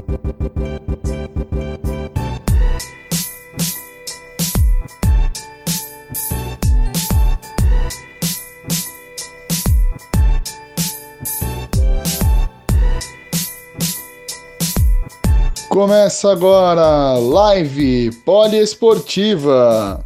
Começa agora, Live Poliesportiva.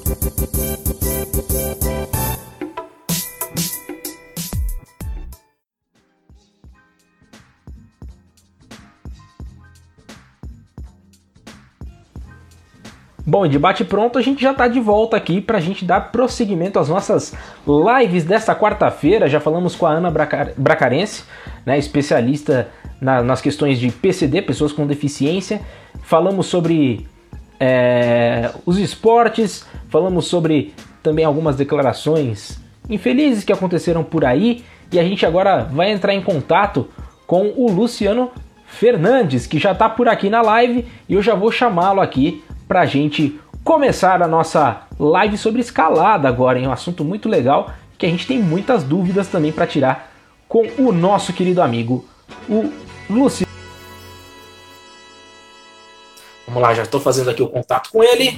Bom, de bate pronto a gente já está de volta aqui para a gente dar prosseguimento às nossas lives desta quarta-feira. Já falamos com a Ana Bracarense, né, especialista nas questões de PCD, pessoas com deficiência. Falamos sobre os esportes, falamos sobre também algumas declarações infelizes que aconteceram por aí. E a gente agora vai entrar em contato com o Luciano Fernandes, que já está por aqui na live, e eu já vou chamá-lo aqui para a gente começar a nossa live sobre escalada agora, hein? Um assunto muito legal, que a gente tem muitas dúvidas também para tirar com o nosso querido amigo, o Luciano. Vamos lá, já estou fazendo aqui o contato com ele.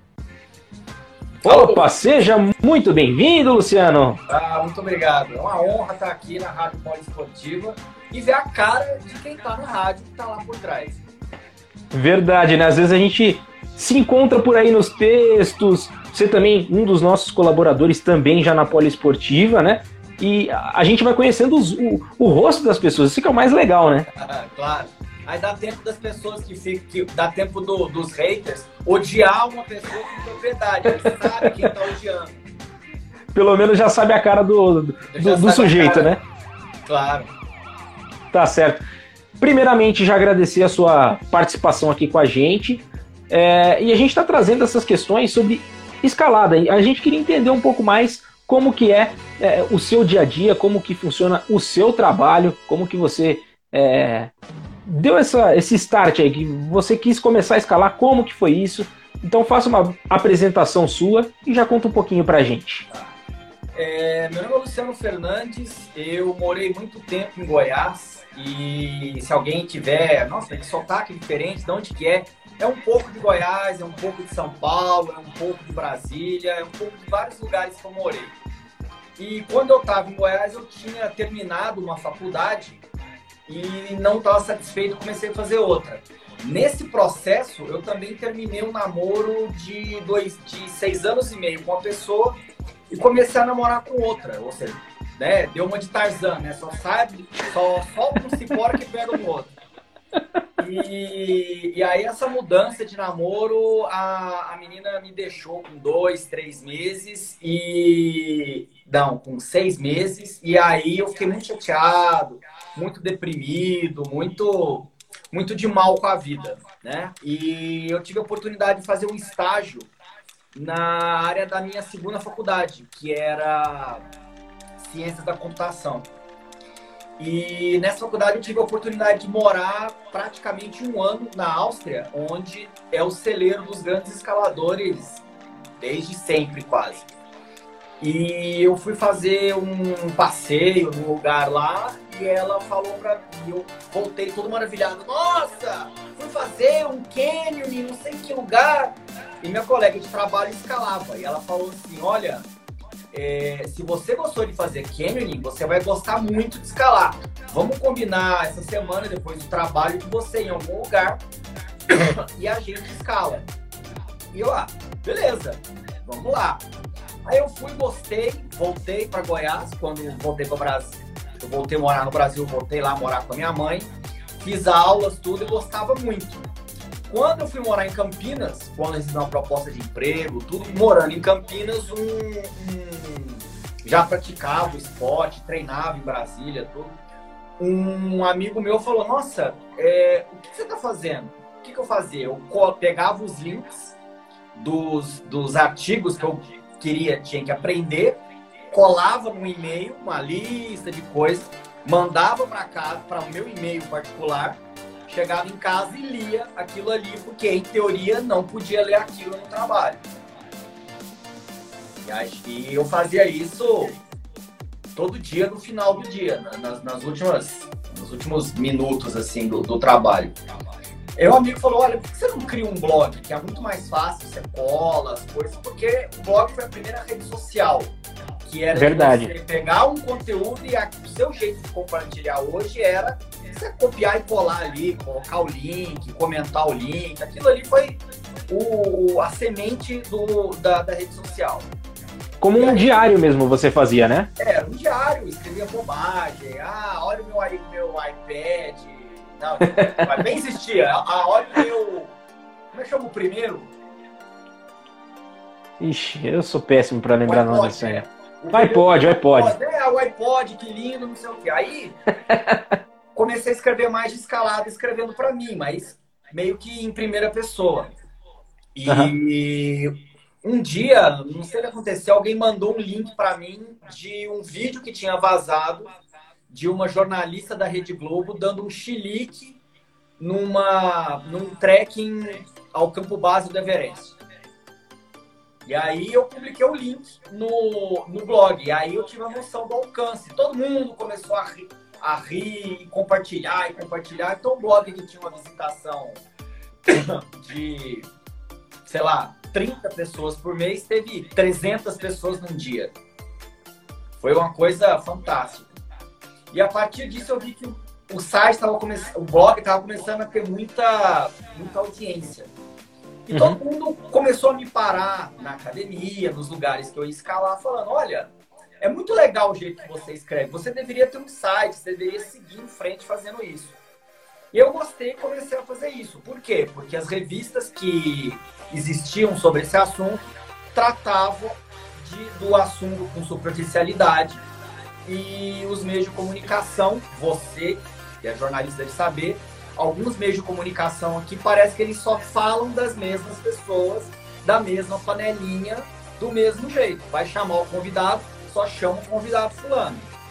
Opa, seja muito bem-vindo, Luciano. Muito obrigado. É uma honra estar aqui na Rádio Poliesportiva e ver a cara de quem está na rádio, que está lá por trás. Verdade, né? Às vezes a gente se encontra por aí nos textos. Você também, um dos nossos colaboradores também já na Poliesportiva, né? E a gente vai conhecendo o rosto das pessoas. Isso que é o mais legal, né? Claro. Aí dá tempo das pessoas dá tempo dos haters odiar uma pessoa com propriedade. Ele sabe quem tá odiando. Pelo menos já sabe a cara do sujeito, né? Claro. Tá certo. Primeiramente, já agradecer a sua participação aqui com a gente. E a gente está trazendo essas questões sobre escalada. A gente queria entender um pouco mais como que é o seu dia a dia, como que funciona o seu trabalho, como que você deu esse start aí, que você quis começar a escalar, como que foi isso. Então faça uma apresentação sua e já conta um pouquinho pra gente. Meu nome é Luciano Fernandes, eu morei muito tempo em Goiás e se alguém tiver, nossa, que sotaque diferente, de onde que é um pouco de Goiás, é um pouco de São Paulo, é um pouco de Brasília, é um pouco de vários lugares que eu morei. E quando eu estava em Goiás, eu tinha terminado uma faculdade e não estava satisfeito, comecei a fazer outra. Nesse processo, eu também terminei um namoro de 6 anos e meio com uma pessoa e comecei a namorar com outra, ou seja, né, deu uma de Tarzan, né? Só solta um cipó que pega um outro. E aí essa mudança de namoro, a menina me deixou com 2, 3 meses com 6 meses, e aí eu fiquei muito chateado, muito deprimido, muito de mal com a vida, né? E eu tive a oportunidade de fazer um estágio na área da minha segunda faculdade, que era Ciências da Computação. E nessa faculdade eu tive a oportunidade de morar praticamente 1 ano na Áustria, onde é o celeiro dos grandes escaladores desde sempre, quase. E eu fui fazer um passeio num lugar lá e ela falou pra mim, eu voltei todo maravilhado. Nossa, fui fazer um canyoning, não sei em que lugar. E minha colega de trabalho escalava. E ela falou assim, olha, se você gostou de fazer canyoning, você vai gostar muito de escalar. Vamos combinar essa semana, depois do trabalho, de você ir em algum lugar e a gente escala. E eu, beleza, vamos lá. Aí eu fui, gostei, voltei para Goiás, quando voltei para o Brasil. Eu voltei a morar no Brasil, voltei lá morar com a minha mãe, fiz aulas, tudo, e gostava muito. Quando eu fui morar em Campinas, quando eu recebi uma proposta de emprego, tudo, morando em Campinas, já praticava o esporte, treinava em Brasília, tudo. Um amigo meu falou, nossa, o que você está fazendo? O que eu fazia? Eu pegava os links dos artigos que eu tinha que aprender, colava no e-mail, uma lista de coisas, mandava para casa, para o meu e-mail particular, chegava em casa e lia aquilo ali, porque em teoria não podia ler aquilo no trabalho. E eu fazia isso todo dia no final do dia, nos últimos minutos assim do trabalho. Aí um amigo falou, olha, por que você não cria um blog? Que é muito mais fácil, você cola as coisas, porque o blog foi a primeira rede social. Que era Verdade. você pegar um conteúdo e o seu jeito de compartilhar hoje era você copiar e colar ali, colocar o link, comentar o link. Aquilo ali foi a semente da rede social. Como um diário mesmo você fazia, né? Era um diário, escrevia bobagem. Olha o meu iPad. Não, mas nem existia. Olha o meu... Como é que chama o primeiro? Ixi, eu sou péssimo pra lembrar o nome disso aí. O iPod. O iPod, que lindo, não sei o quê. Aí comecei a escrever mais de escalada, escrevendo para mim, mas meio que em primeira pessoa. E um dia, não sei o que aconteceu, alguém mandou um link para mim de um vídeo que tinha vazado de uma jornalista da Rede Globo dando um chilique num trekking ao campo base do Everest. E aí eu publiquei o link no blog. E aí eu tive a noção do alcance. Todo mundo começou a rir e compartilhar. Então o blog que tinha uma visitação de, sei lá, 30 pessoas por mês, teve 300 pessoas num dia. Foi uma coisa fantástica. E a partir disso eu vi que o site o blog estava começando a ter muita audiência. E todo mundo começou a me parar na academia, nos lugares que eu ia escalar, falando, olha, é muito legal o jeito que você escreve, você deveria ter um site, você deveria seguir em frente fazendo isso. E eu gostei e comecei a fazer isso. Por quê? Porque as revistas que existiam sobre esse assunto tratavam do assunto com superficialidade e os meios de comunicação, você, que é jornalista, deve saber, alguns meios de comunicação aqui parece que eles só falam das mesmas pessoas, da mesma panelinha, do mesmo jeito. Vai chamar o convidado, só chama o convidado fulano.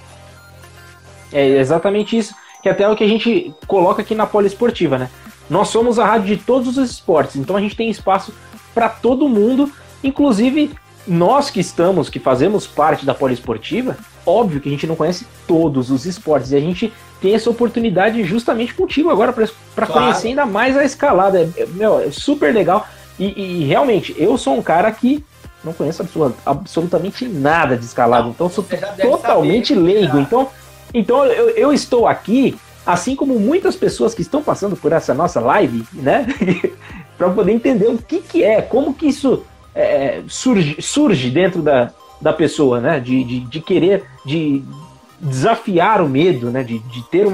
É exatamente isso, que até é o que a gente coloca aqui na Poliesportiva, né? Nós somos a rádio de todos os esportes, então a gente tem espaço para todo mundo, inclusive nós que fazemos parte da Poliesportiva, óbvio que a gente não conhece todos os esportes, e a gente tem essa oportunidade justamente contigo agora para conhecer ainda mais a escalada. É super legal. E realmente, eu sou um cara que não conheço absolutamente nada de escalada, então sou totalmente leigo. Então eu estou aqui, assim como muitas pessoas que estão passando por essa nossa live, né? para poder entender o que é, como que isso surge dentro da pessoa, né? De querer desafiar o medo, né? De ter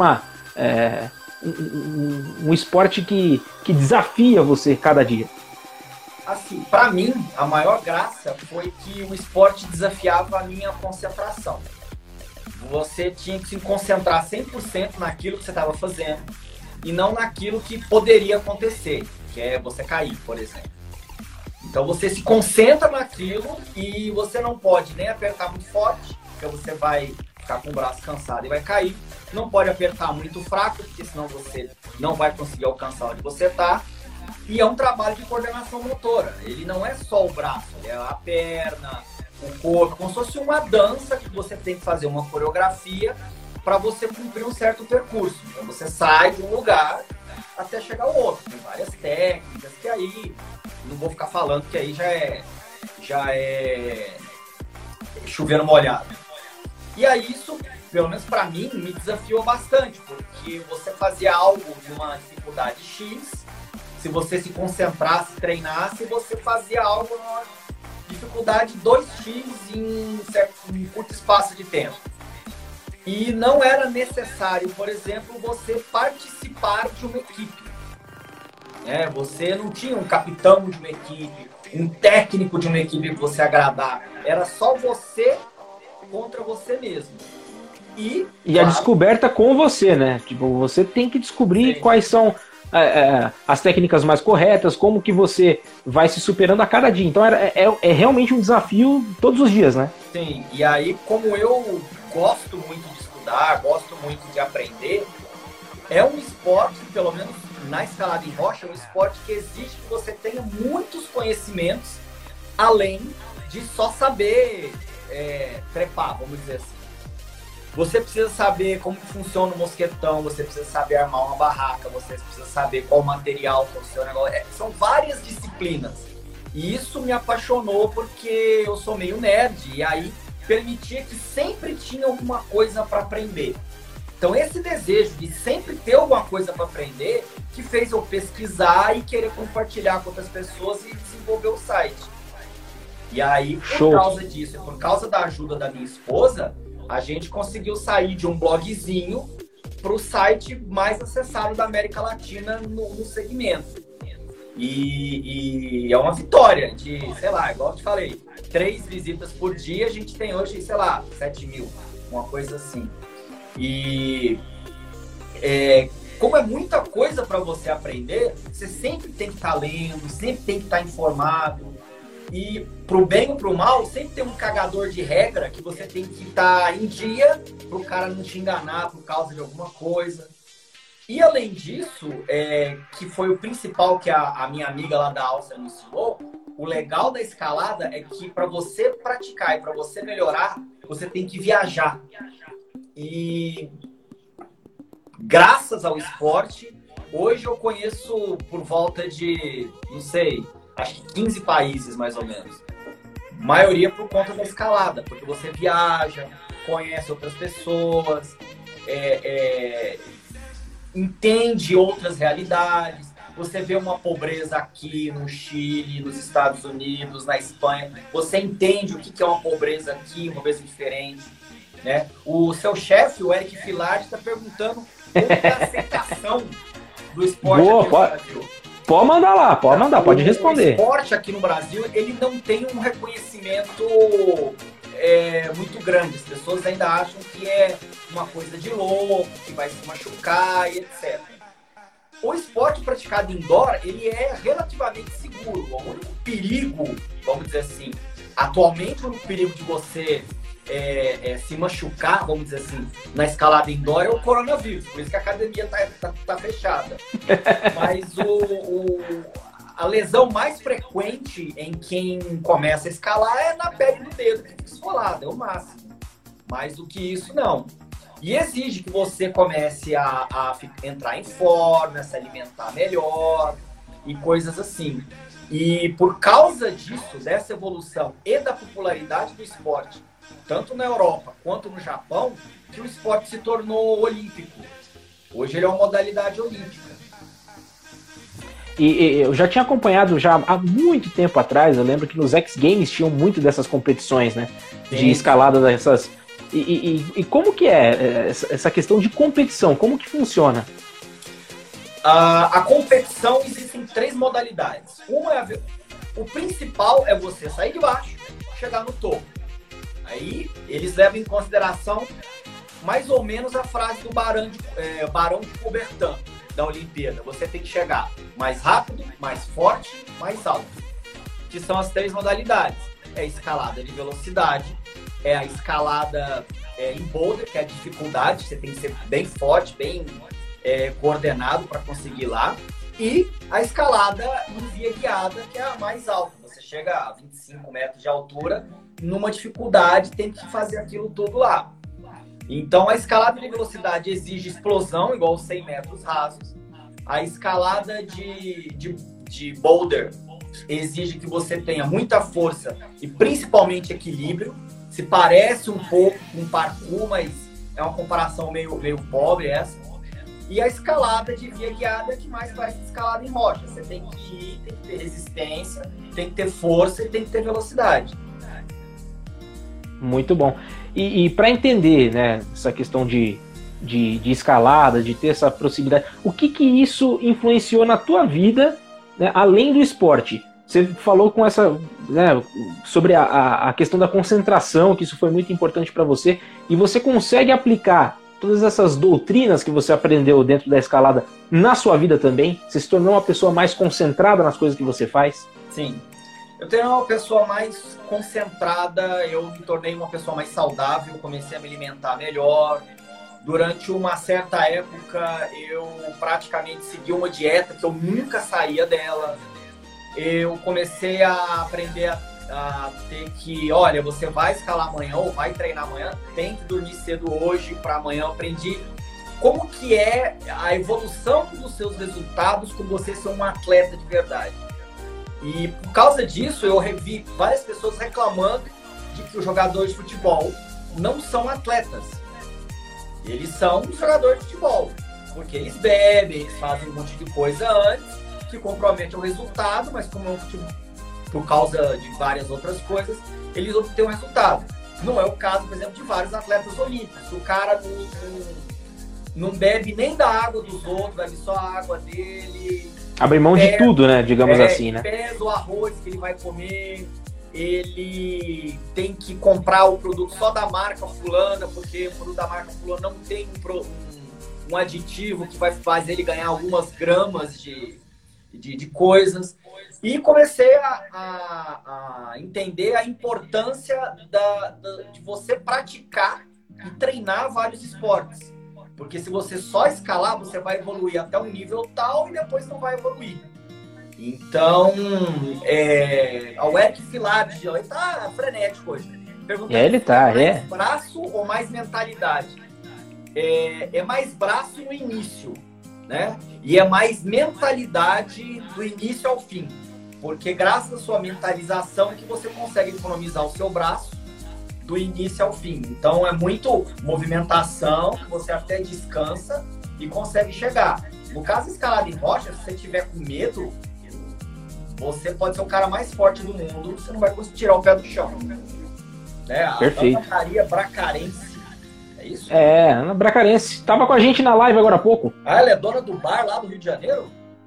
um esporte que desafia você cada dia. Assim, para mim, a maior graça foi que o esporte desafiava a minha concentração. Você tinha que se concentrar 100% naquilo que você estava fazendo e não naquilo que poderia acontecer, que é você cair, por exemplo. Então você se concentra naquilo e você não pode nem apertar muito forte, porque você vai ficar com o braço cansado e vai cair. Não pode apertar muito fraco, porque senão você não vai conseguir alcançar onde você está. E é um trabalho de coordenação motora. Ele não é só o braço, ele é a perna, o corpo, como se fosse uma dança que você tem que fazer uma coreografia para você cumprir um certo percurso. Então você sai de um lugar até chegar ao outro. Tem várias técnicas que aí não vou ficar falando, que aí já é chovendo molhado. E aí isso, pelo menos para mim, me desafiou bastante, porque você fazia algo de uma dificuldade X, se você se concentrasse, treinasse, você fazia algo numa dificuldade 2x em um curto espaço de tempo. E não era necessário, por exemplo, você participar de uma equipe. Você não tinha um capitão de uma equipe, um técnico de uma equipe que você agradar. Era só você contra você mesmo. E claro, a descoberta com você, né? Tipo, você tem que descobrir quais são as técnicas mais corretas, como que você vai se superando a cada dia. Então é realmente um desafio todos os dias, né? Sim, e aí como eu gosto muito de estudar, gosto muito de aprender, é um esporte, pelo menos na escalada em rocha, é um esporte que exige que você tenha muitos conhecimentos, além de só saber trepar, vamos dizer assim. Você precisa saber como funciona o mosquetão, você precisa saber armar uma barraca, você precisa saber qual material que é o seu negócio. São várias disciplinas. E isso me apaixonou porque eu sou meio nerd, e aí permitia que sempre tinha alguma coisa para aprender. Então esse desejo de sempre ter alguma coisa para aprender que fez eu pesquisar e querer compartilhar com outras pessoas e desenvolver o site. E aí, por causa disso, por causa da ajuda da minha esposa, a gente conseguiu sair de um blogzinho para o site mais acessado da América Latina no segmento. E é uma vitória de, sei lá, igual eu te falei, 3 visitas por dia, a gente tem hoje, sei lá, 7 mil, uma coisa assim. E como é muita coisa para você aprender, você sempre tem que estar lendo, sempre tem que estar informado. E pro bem ou pro mal, sempre tem um cagador de regra que você tem que estar em dia pro cara não te enganar por causa de alguma coisa. E além disso, que foi o principal que a minha amiga lá da Áustria me ensinou, o legal da escalada é que para você praticar e para você melhorar, você tem que viajar. E graças ao esporte, hoje eu conheço por volta de, não sei, acho que 15 países mais ou menos. Maioria por conta da escalada, porque você viaja, conhece outras pessoas, entende outras realidades. Você vê uma pobreza aqui no Chile, nos Estados Unidos, na Espanha. Você entende o que é uma pobreza aqui, uma pobreza diferente, né? O seu chefe, o Eric Filardi, está perguntando como é a aceitação do esporte aqui no Brasil. Pode mandar lá, pode responder. O esporte aqui no Brasil, ele não tem um reconhecimento muito grande. As pessoas ainda acham que é uma coisa de louco, que vai se machucar e etc. O esporte praticado indoor, ele é relativamente seguro. O único perigo, vamos dizer assim, atualmente o único perigo de você se machucar, vamos dizer assim, na escalada indoor é o coronavírus. Por isso que a academia tá fechada. Mas a lesão mais frequente em quem começa a escalar é na pele do dedo, que fica esfolada, é o máximo. Mais do que isso, não. E exige que você comece a entrar em forma, a se alimentar melhor e coisas assim. E por causa disso, dessa evolução e da popularidade do esporte, tanto na Europa quanto no Japão, que o esporte se tornou olímpico. Hoje ele é uma modalidade olímpica. E eu já tinha acompanhado já há muito tempo atrás, eu lembro que nos X Games tinham muito dessas competições, né? Sim. De escalada dessas... E como que é essa questão de competição? Como que funciona? A competição existem 3 modalidades. O principal é você sair de baixo, chegar no topo. Aí eles levam em consideração mais ou menos a frase do Barão de Coubertin da Olimpíada. Você tem que chegar mais rápido, mais forte, mais alto. Que são as 3 modalidades. É a escalada de velocidade, é a escalada em boulder, que é a dificuldade, você tem que ser bem forte, bem coordenado para conseguir lá. E a escalada em via guiada, que é a mais alta. Você chega a 25 metros de altura, numa dificuldade, tem que fazer aquilo tudo lá. Então, a escalada de velocidade exige explosão, igual 100 metros rasos. A escalada de boulder exige que você tenha muita força e principalmente equilíbrio. Se parece um pouco com parkour, mas é uma comparação meio pobre essa. E a escalada de via guiada, que mais parece escalada em rocha. Você tem que ir, tem que ter resistência, tem que ter força e tem que ter velocidade. Muito bom. E para entender, né, essa questão de escalada, de ter essa proximidade, o que isso influenciou na tua vida, né, além do esporte? Você falou com essa, né, sobre a questão da concentração, que isso foi muito importante para você, e você consegue aplicar todas essas doutrinas que você aprendeu dentro da escalada na sua vida também? Você se tornou uma pessoa mais concentrada nas coisas que você faz? Sim. Eu tenho uma pessoa mais concentrada, eu me tornei uma pessoa mais saudável, comecei a me alimentar melhor. Durante uma certa época, eu praticamente segui uma dieta que eu nunca saía dela. Eu comecei a aprender ter que, olha, você vai escalar amanhã ou vai treinar amanhã, tem que dormir cedo hoje para amanhã. Eu aprendi como que é a evolução dos seus resultados com você ser um atleta de verdade. E por causa disso, eu revi várias pessoas reclamando de que os jogadores de futebol não são atletas. Eles são jogadores de futebol, porque eles bebem, eles fazem um monte de coisa antes, que compromete o resultado, mas como é um futebol, por causa de várias outras coisas, eles obtêm um resultado. Não é o caso, por exemplo, de vários atletas olímpicos. O cara não bebe nem da água dos outros, bebe só a água dele. Abre mão de tudo, né? Digamos assim, né? Pesa o arroz que ele vai comer, ele tem que comprar o produto só da marca fulana, porque o produto da marca fulana não tem um aditivo que vai fazer ele ganhar algumas gramas de coisas. E comecei a entender a importância de você praticar e treinar vários esportes. Porque se você só escalar, você vai evoluir até um nível tal e depois não vai evoluir. Então, o Eric Filabs, ele tá frenético hoje. Ele tá, mais braço ou mais mentalidade? É mais braço no início, né? E é mais mentalidade do início ao fim. Porque graças à sua mentalização que você consegue economizar o seu braço do início ao fim. Então é muito movimentação, você até descansa e consegue chegar. No caso escalada em rocha, se você tiver com medo, você pode ser o cara mais forte do mundo, você não vai conseguir tirar o pé do chão. Perfeito. A Ana Maria Bracarense, é isso? Ana Bracarense. Tava com a gente na live agora há pouco. Ela é dona do bar lá do Rio de Janeiro?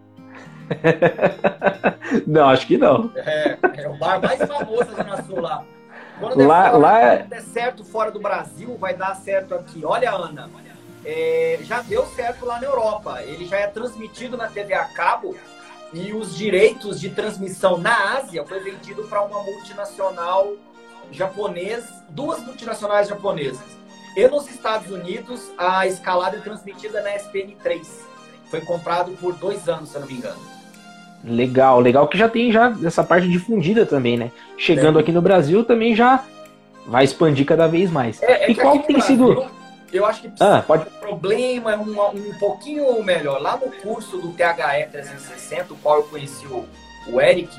Não, acho que não. É o bar mais famoso da Zona Sul lá. Quando der certo fora do Brasil, vai dar certo aqui. Olha, Ana, já deu certo lá na Europa. Ele já é transmitido na TV a cabo e os direitos de transmissão na Ásia foi vendido para uma multinacional japonesa, 2 multinacionais japonesas. E nos Estados Unidos, a escalada é transmitida na ESPN3. Foi comprado por 2 anos, se eu não me engano. Legal que já tem essa parte difundida também, né? Chegando aqui no Brasil também já vai expandir cada vez mais. E qual tem sido... Eu acho que o problema é um pouquinho melhor. Lá no curso do THE 360, o qual eu conheci o Eric,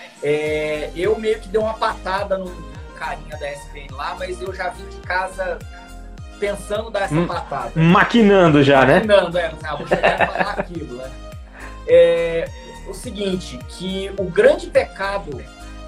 eu meio que dei uma patada no carinha da ESPN lá, mas eu já vim de casa pensando dar essa patada. Maquinando já, né? Vou chegar a falar aquilo, né? O seguinte, que o grande pecado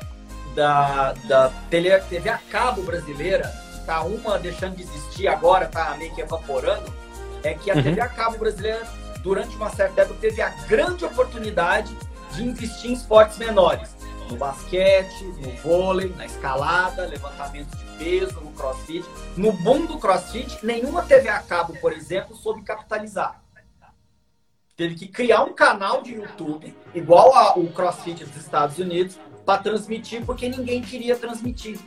da TV a cabo brasileira, que tá uma deixando de existir agora, tá meio que evaporando, é que a TV a cabo brasileira, durante uma certa época, teve a grande oportunidade de investir em esportes menores. No basquete, no vôlei, na escalada, levantamento de peso, no crossfit. No boom do crossfit, nenhuma TV a cabo, por exemplo, soube capitalizar. Teve que criar um canal de YouTube, igual ao CrossFit dos Estados Unidos, para transmitir, porque ninguém queria transmitir.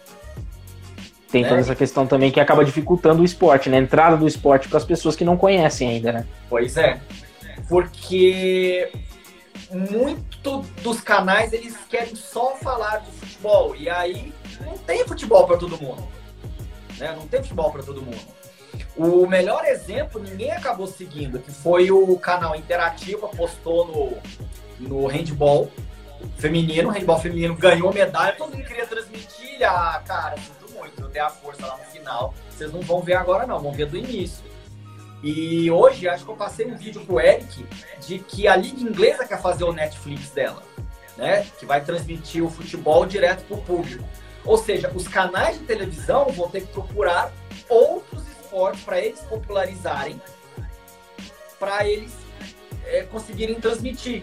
Tem toda essa questão também que acaba dificultando o esporte, né? A entrada do esporte para as pessoas que não conhecem ainda, né? Pois é. Porque muito dos canais, eles querem só falar de futebol. E aí, não tem futebol para todo mundo. Né? Não tem futebol para todo mundo. O melhor exemplo, ninguém acabou seguindo, que foi o canal Interativo, apostou no handball feminino. O handball feminino ganhou medalha, todo mundo queria transmitir. Cara, sinto muito, eu dei a força lá no final. Vocês não vão ver agora não, vão ver do início. E hoje, acho que eu passei um vídeo pro Eric de que a Liga Inglesa quer fazer o Netflix dela, né? Que vai transmitir o futebol direto pro público. Ou seja, os canais de televisão vão ter que procurar outros esportes para eles popularizarem, para eles conseguirem transmitir.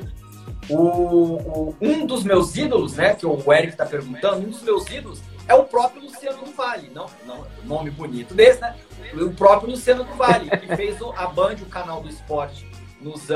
Um dos meus ídolos, né, que o Eric está perguntando, um dos meus ídolos é o próprio Luciano do Vale, não nome bonito desse, né? O próprio Luciano do Vale, que fez a Band, o canal do esporte, nos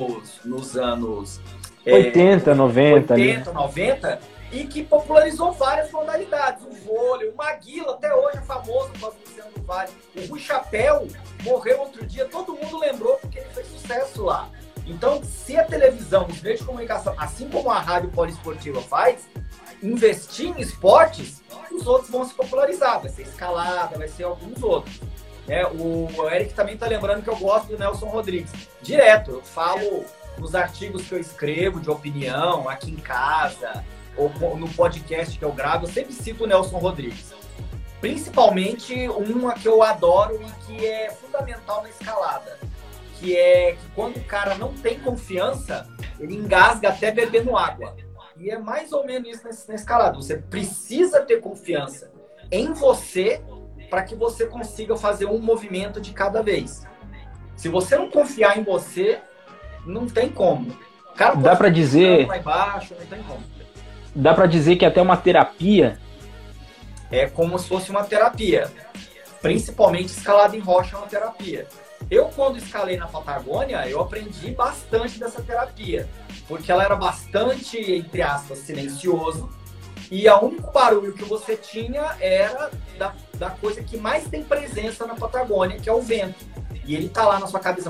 anos 80, 90, 90, e que popularizou várias modalidades. O vôlei, o Maguila, até hoje é famoso por causa do Luciano do Vale. O Rui Chapéu morreu outro dia, todo mundo lembrou porque ele fez sucesso lá. Então, se a televisão, os meios de comunicação, assim como a rádio poliesportiva faz, investir em esportes, os outros vão se popularizar. Vai ser escalada, vai ser alguns outros. Né? O Eric também está lembrando que eu gosto do Nelson Rodrigues. Direto, eu falo nos artigos que eu escrevo de opinião, aqui em casa, ou no podcast que eu gravo, eu sempre cito o Nelson Rodrigues. Principalmente uma que eu adoro e que é fundamental na escalada. Que é que quando o cara não tem confiança, ele engasga até bebendo água. E é mais ou menos isso na escalada. Você precisa ter confiança em você para que você consiga fazer um movimento de cada vez. Se você não confiar em você, não tem como. O cara dá para dizer lá embaixo, não tem como. Dá para dizer que até uma terapia é como se fosse uma terapia. Principalmente escalada em rocha é uma terapia. Eu, quando escalei na Patagônia, eu aprendi bastante dessa terapia. Porque ela era bastante, entre aspas, silencioso. E o único barulho que você tinha era da coisa que mais tem presença na Patagônia, que é o vento. E ele tá lá na sua cabeça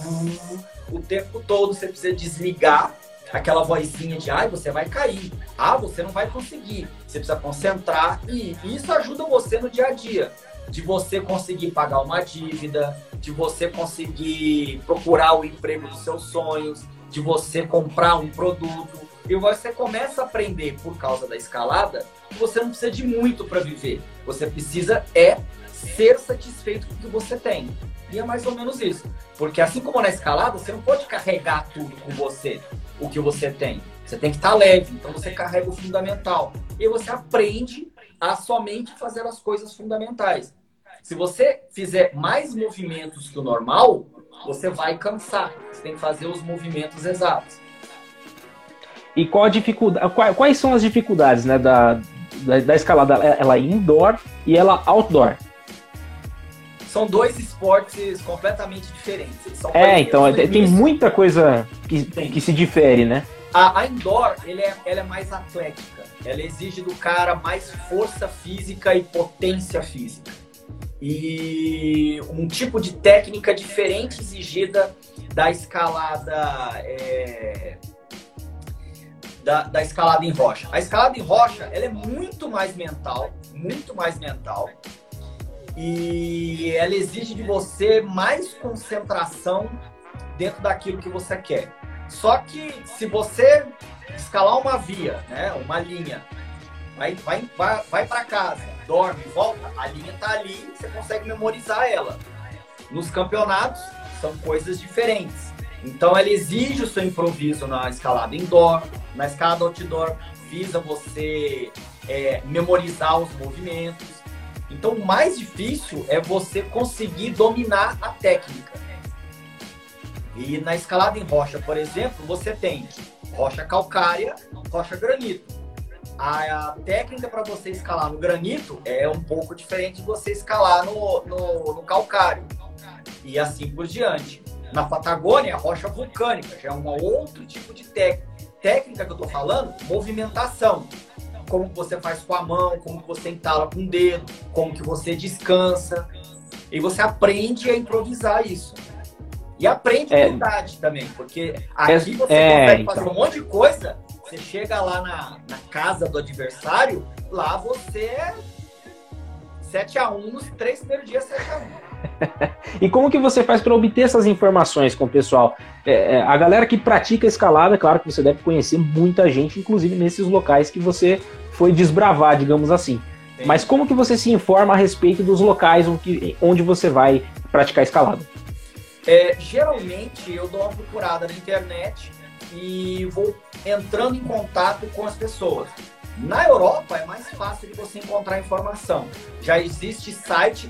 o tempo todo. Você precisa desligar aquela vozinha de você vai cair, você não vai conseguir. Você precisa concentrar e isso ajuda você no dia a dia. De você conseguir pagar uma dívida, de você conseguir procurar o emprego dos seus sonhos, de você comprar um produto. E você começa a aprender, por causa da escalada, que você não precisa de muito para viver. Você precisa ser satisfeito com o que você tem. E é mais ou menos isso. Porque assim como na escalada, você não pode carregar tudo com você, o que você tem. Você tem que estar leve, então você carrega o fundamental. E você aprende a somente fazer as coisas fundamentais. Se você fizer mais movimentos que o normal, você vai cansar. Você tem que fazer os movimentos exatos. E quais são as dificuldades, né, da escalada? Ela é indoor e ela outdoor. São dois esportes completamente diferentes. Então tem muita coisa que se difere, né? A indoor, ela é mais atlética. Ela exige do cara mais força física e potência física. E um tipo de técnica diferente exigida da escalada da escalada em rocha. A escalada em rocha, ela é muito mais mental, e ela exige de você mais concentração dentro daquilo que você quer. Só que se você escalar uma via, né, uma linha, vai para casa, dorme, volta, a linha tá ali, você consegue memorizar ela. Nos campeonatos, são coisas diferentes. Então, ela exige o seu improviso na escalada indoor, na escalada outdoor, visa você memorizar os movimentos. Então, o mais difícil é você conseguir dominar a técnica. E na escalada em rocha, por exemplo, você tem rocha calcária, rocha granito. A técnica para você escalar no granito é um pouco diferente de você escalar no calcário. E assim por diante. Na Patagônia, a rocha vulcânica já é um outro tipo de técnica. Técnica que eu estou falando, movimentação. Como que você faz com a mão, como que você entala com o dedo, como que você descansa. E você aprende a improvisar isso. E aprende verdade também, porque aqui você consegue fazer um monte de coisa. Você chega lá na casa do adversário, lá você é 7-1 nos 3 primeiros dias, 7-1. E como que você faz para obter essas informações com o pessoal? A galera que pratica escalada, claro que você deve conhecer muita gente, inclusive nesses locais que você foi desbravar, digamos assim. Sim. Mas como que você se informa a respeito dos locais onde você vai praticar escalada? Geralmente eu dou uma procurada na internet e vou entrando em contato com as pessoas. Na Europa é mais fácil de você encontrar informação. Já existe site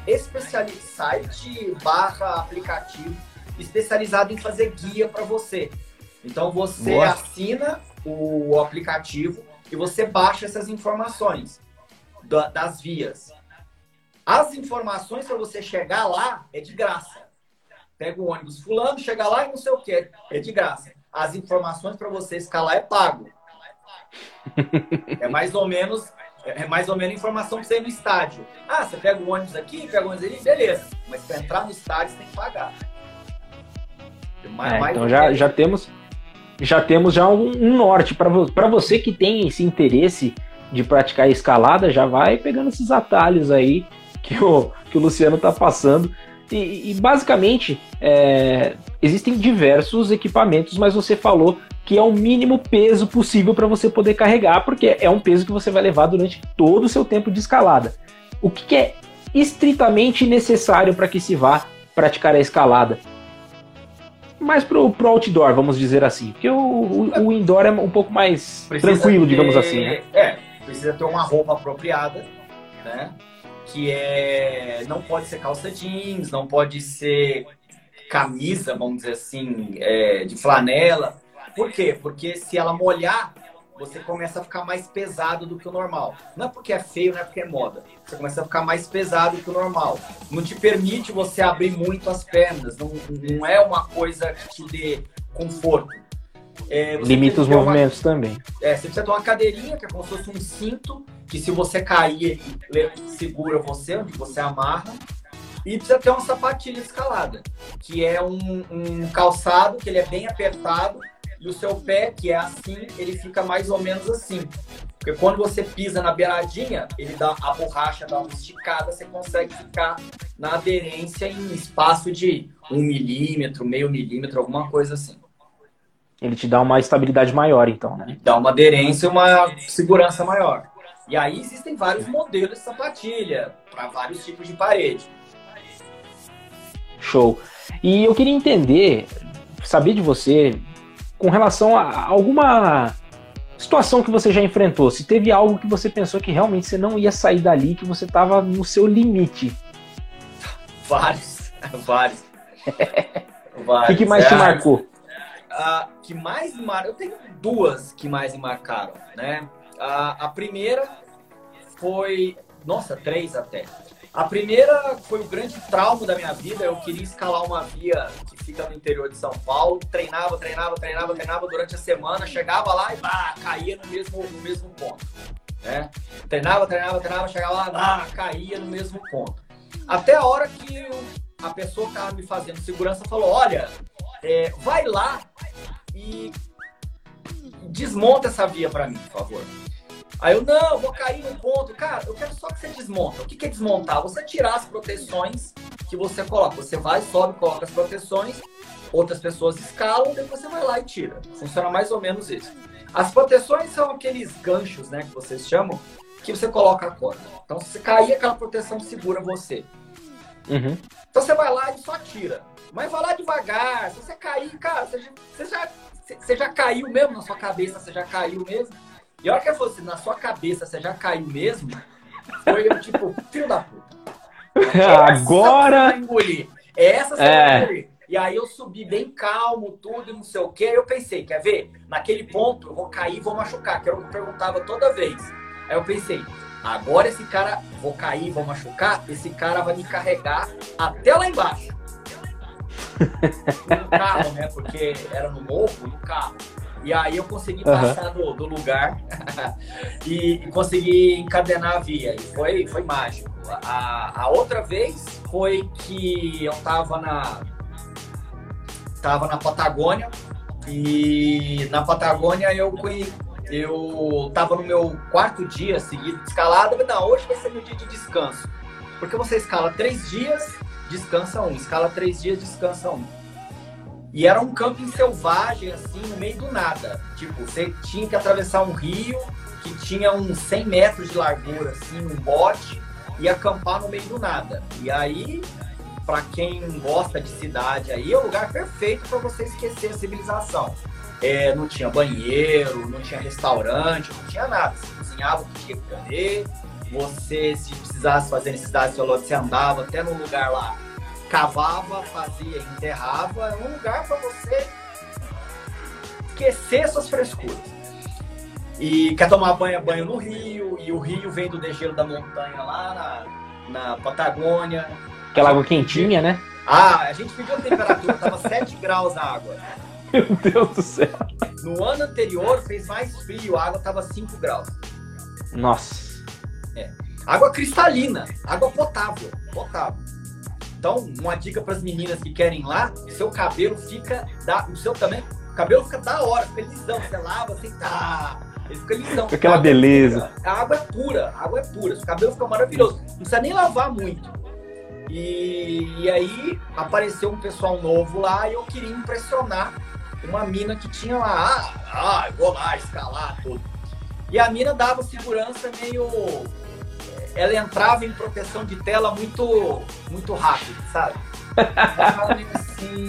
aplicativo especializado em fazer guia para você. Então você assina o aplicativo e você baixa essas informações das vias. As informações para você chegar lá é de graça. Pega o ônibus fulano, chega lá e não sei o que, é de graça. As informações para você escalar é pago. É mais ou menos a informação para você ir no estádio. Você pega o ônibus aqui, pega o ônibus ali, beleza. Mas para entrar no estádio você tem que pagar. Então já temos um norte para você que tem esse interesse de praticar escalada, já vai pegando esses atalhos aí que o Luciano tá passando. E basicamente, existem diversos equipamentos, mas você falou que é o mínimo peso possível para você poder carregar, porque é um peso que você vai levar durante todo o seu tempo de escalada. O que é estritamente necessário para que se vá praticar a escalada? Mais pro outdoor, vamos dizer assim, porque o indoor é um pouco mais tranquilo, digamos assim, né? Precisa ter uma roupa apropriada, né? Que não pode ser calça jeans, não pode ser camisa, vamos dizer assim, de flanela. Por quê? Porque se ela molhar, você começa a ficar mais pesado do que o normal. Não é porque é feio, não é porque é moda. Você começa a ficar mais pesado que o normal. Não te permite você abrir muito as pernas. Não é uma coisa que te dê conforto. Limita os movimentos também. Você precisa ter uma cadeirinha, que é como se fosse um cinto, que se você cair, ele segura você, onde você amarra. E precisa ter uma sapatilha escalada, que é um calçado, que ele é bem apertado, e o seu pé, que é assim, ele fica mais ou menos assim. Porque quando você pisa na beiradinha, a borracha dá uma esticada, você consegue ficar na aderência em espaço de 1 milímetro, meio milímetro, alguma coisa assim. Ele te dá uma estabilidade maior, então, né? Dá uma aderência e uma segurança maior. E aí existem vários modelos de sapatilha, para vários tipos de parede. Show. E eu queria entender, saber de você, com relação a alguma situação que você já enfrentou. Se teve algo que você pensou que realmente você não ia sair dali, que você estava no seu limite. Vários. O que mais te marcou? Que mais me marcou? Eu tenho duas que mais me marcaram, né? A primeira foi... Nossa, 3 até. A primeira foi o grande trauma da minha vida. Eu queria escalar uma via que fica no interior de São Paulo. Treinava durante a semana. Chegava lá e caía no mesmo ponto. Né? Treinava, chegava lá, caía no mesmo ponto. Até a hora que a pessoa que estava me fazendo segurança falou: olha, vai lá e desmonta essa via para mim, por favor. Aí eu, não, vou cair num ponto. Cara, eu quero só que você desmonta. O que é desmontar? Você tirar as proteções que você coloca. Você vai, sobe, coloca as proteções, outras pessoas escalam, depois você vai lá e tira. Funciona mais ou menos isso. As proteções são aqueles ganchos, né, que vocês chamam, que você coloca a corda. Então, se você cair, aquela proteção segura você. Uhum. Então, você vai lá e só tira. Mas vai lá devagar. Se você cair, cara, você já caiu mesmo na sua cabeça, você já caiu mesmo. E a hora que eu falei assim, na sua cabeça você já caiu mesmo, foi eu tipo, filho da puta. Agora... Essa você vai engolir. E aí eu subi bem calmo, tudo, não sei o quê. Aí eu pensei, quer ver? Naquele ponto eu vou cair e vou machucar, que era o que eu perguntava toda vez. Aí eu pensei, agora esse cara, vou cair, vou machucar, esse cara vai me carregar até lá embaixo. No carro, né? Porque era no morro, no carro. E aí eu consegui passar do lugar e consegui encadenar a via. E foi mágico. A outra vez foi que eu tava na Patagônia. E na Patagônia eu tava no meu 4º dia seguido de escalada. Eu falei, não, hoje vai ser meu dia de descanso. Porque você escala 3 dias, descansa 1. Escala 3 dias, descansa 1. E era um camping selvagem, assim, no meio do nada. Tipo, você tinha que atravessar um rio que tinha uns 100 metros de largura, assim, um bote, e acampar no meio do nada. E aí, para quem gosta de cidade, aí é o lugar perfeito para você esquecer a civilização. Não tinha banheiro, não tinha restaurante, não tinha nada. Você cozinhava o que tinha que comer. Você, se precisasse fazer necessidade, você andava até no lugar lá. Cavava, fazia, enterrava. É um lugar para você esquecer suas frescuras. E quer tomar banho no rio, e o rio vem do degelo da montanha lá na Patagônia. Aquela água quentinha, né? A gente pediu a temperatura, tava 7 graus a água. Meu Deus do céu. No ano anterior fez mais frio, a água tava 5 graus. Nossa. Água cristalina, água potável. Então, uma dica para as meninas que querem ir lá, seu cabelo fica o seu também, o cabelo fica da hora, felizão, você lava assim, Ele fica lisão. Aquela beleza. A água é pura, a água é pura. O cabelo fica maravilhoso. Não precisa nem lavar muito. E aí apareceu um pessoal novo lá e eu queria impressionar uma mina que tinha lá. Eu vou lá escalar tudo. E a mina dava segurança meio... Ela entrava em proteção de tela muito, muito rápido, sabe? Ela meio assim...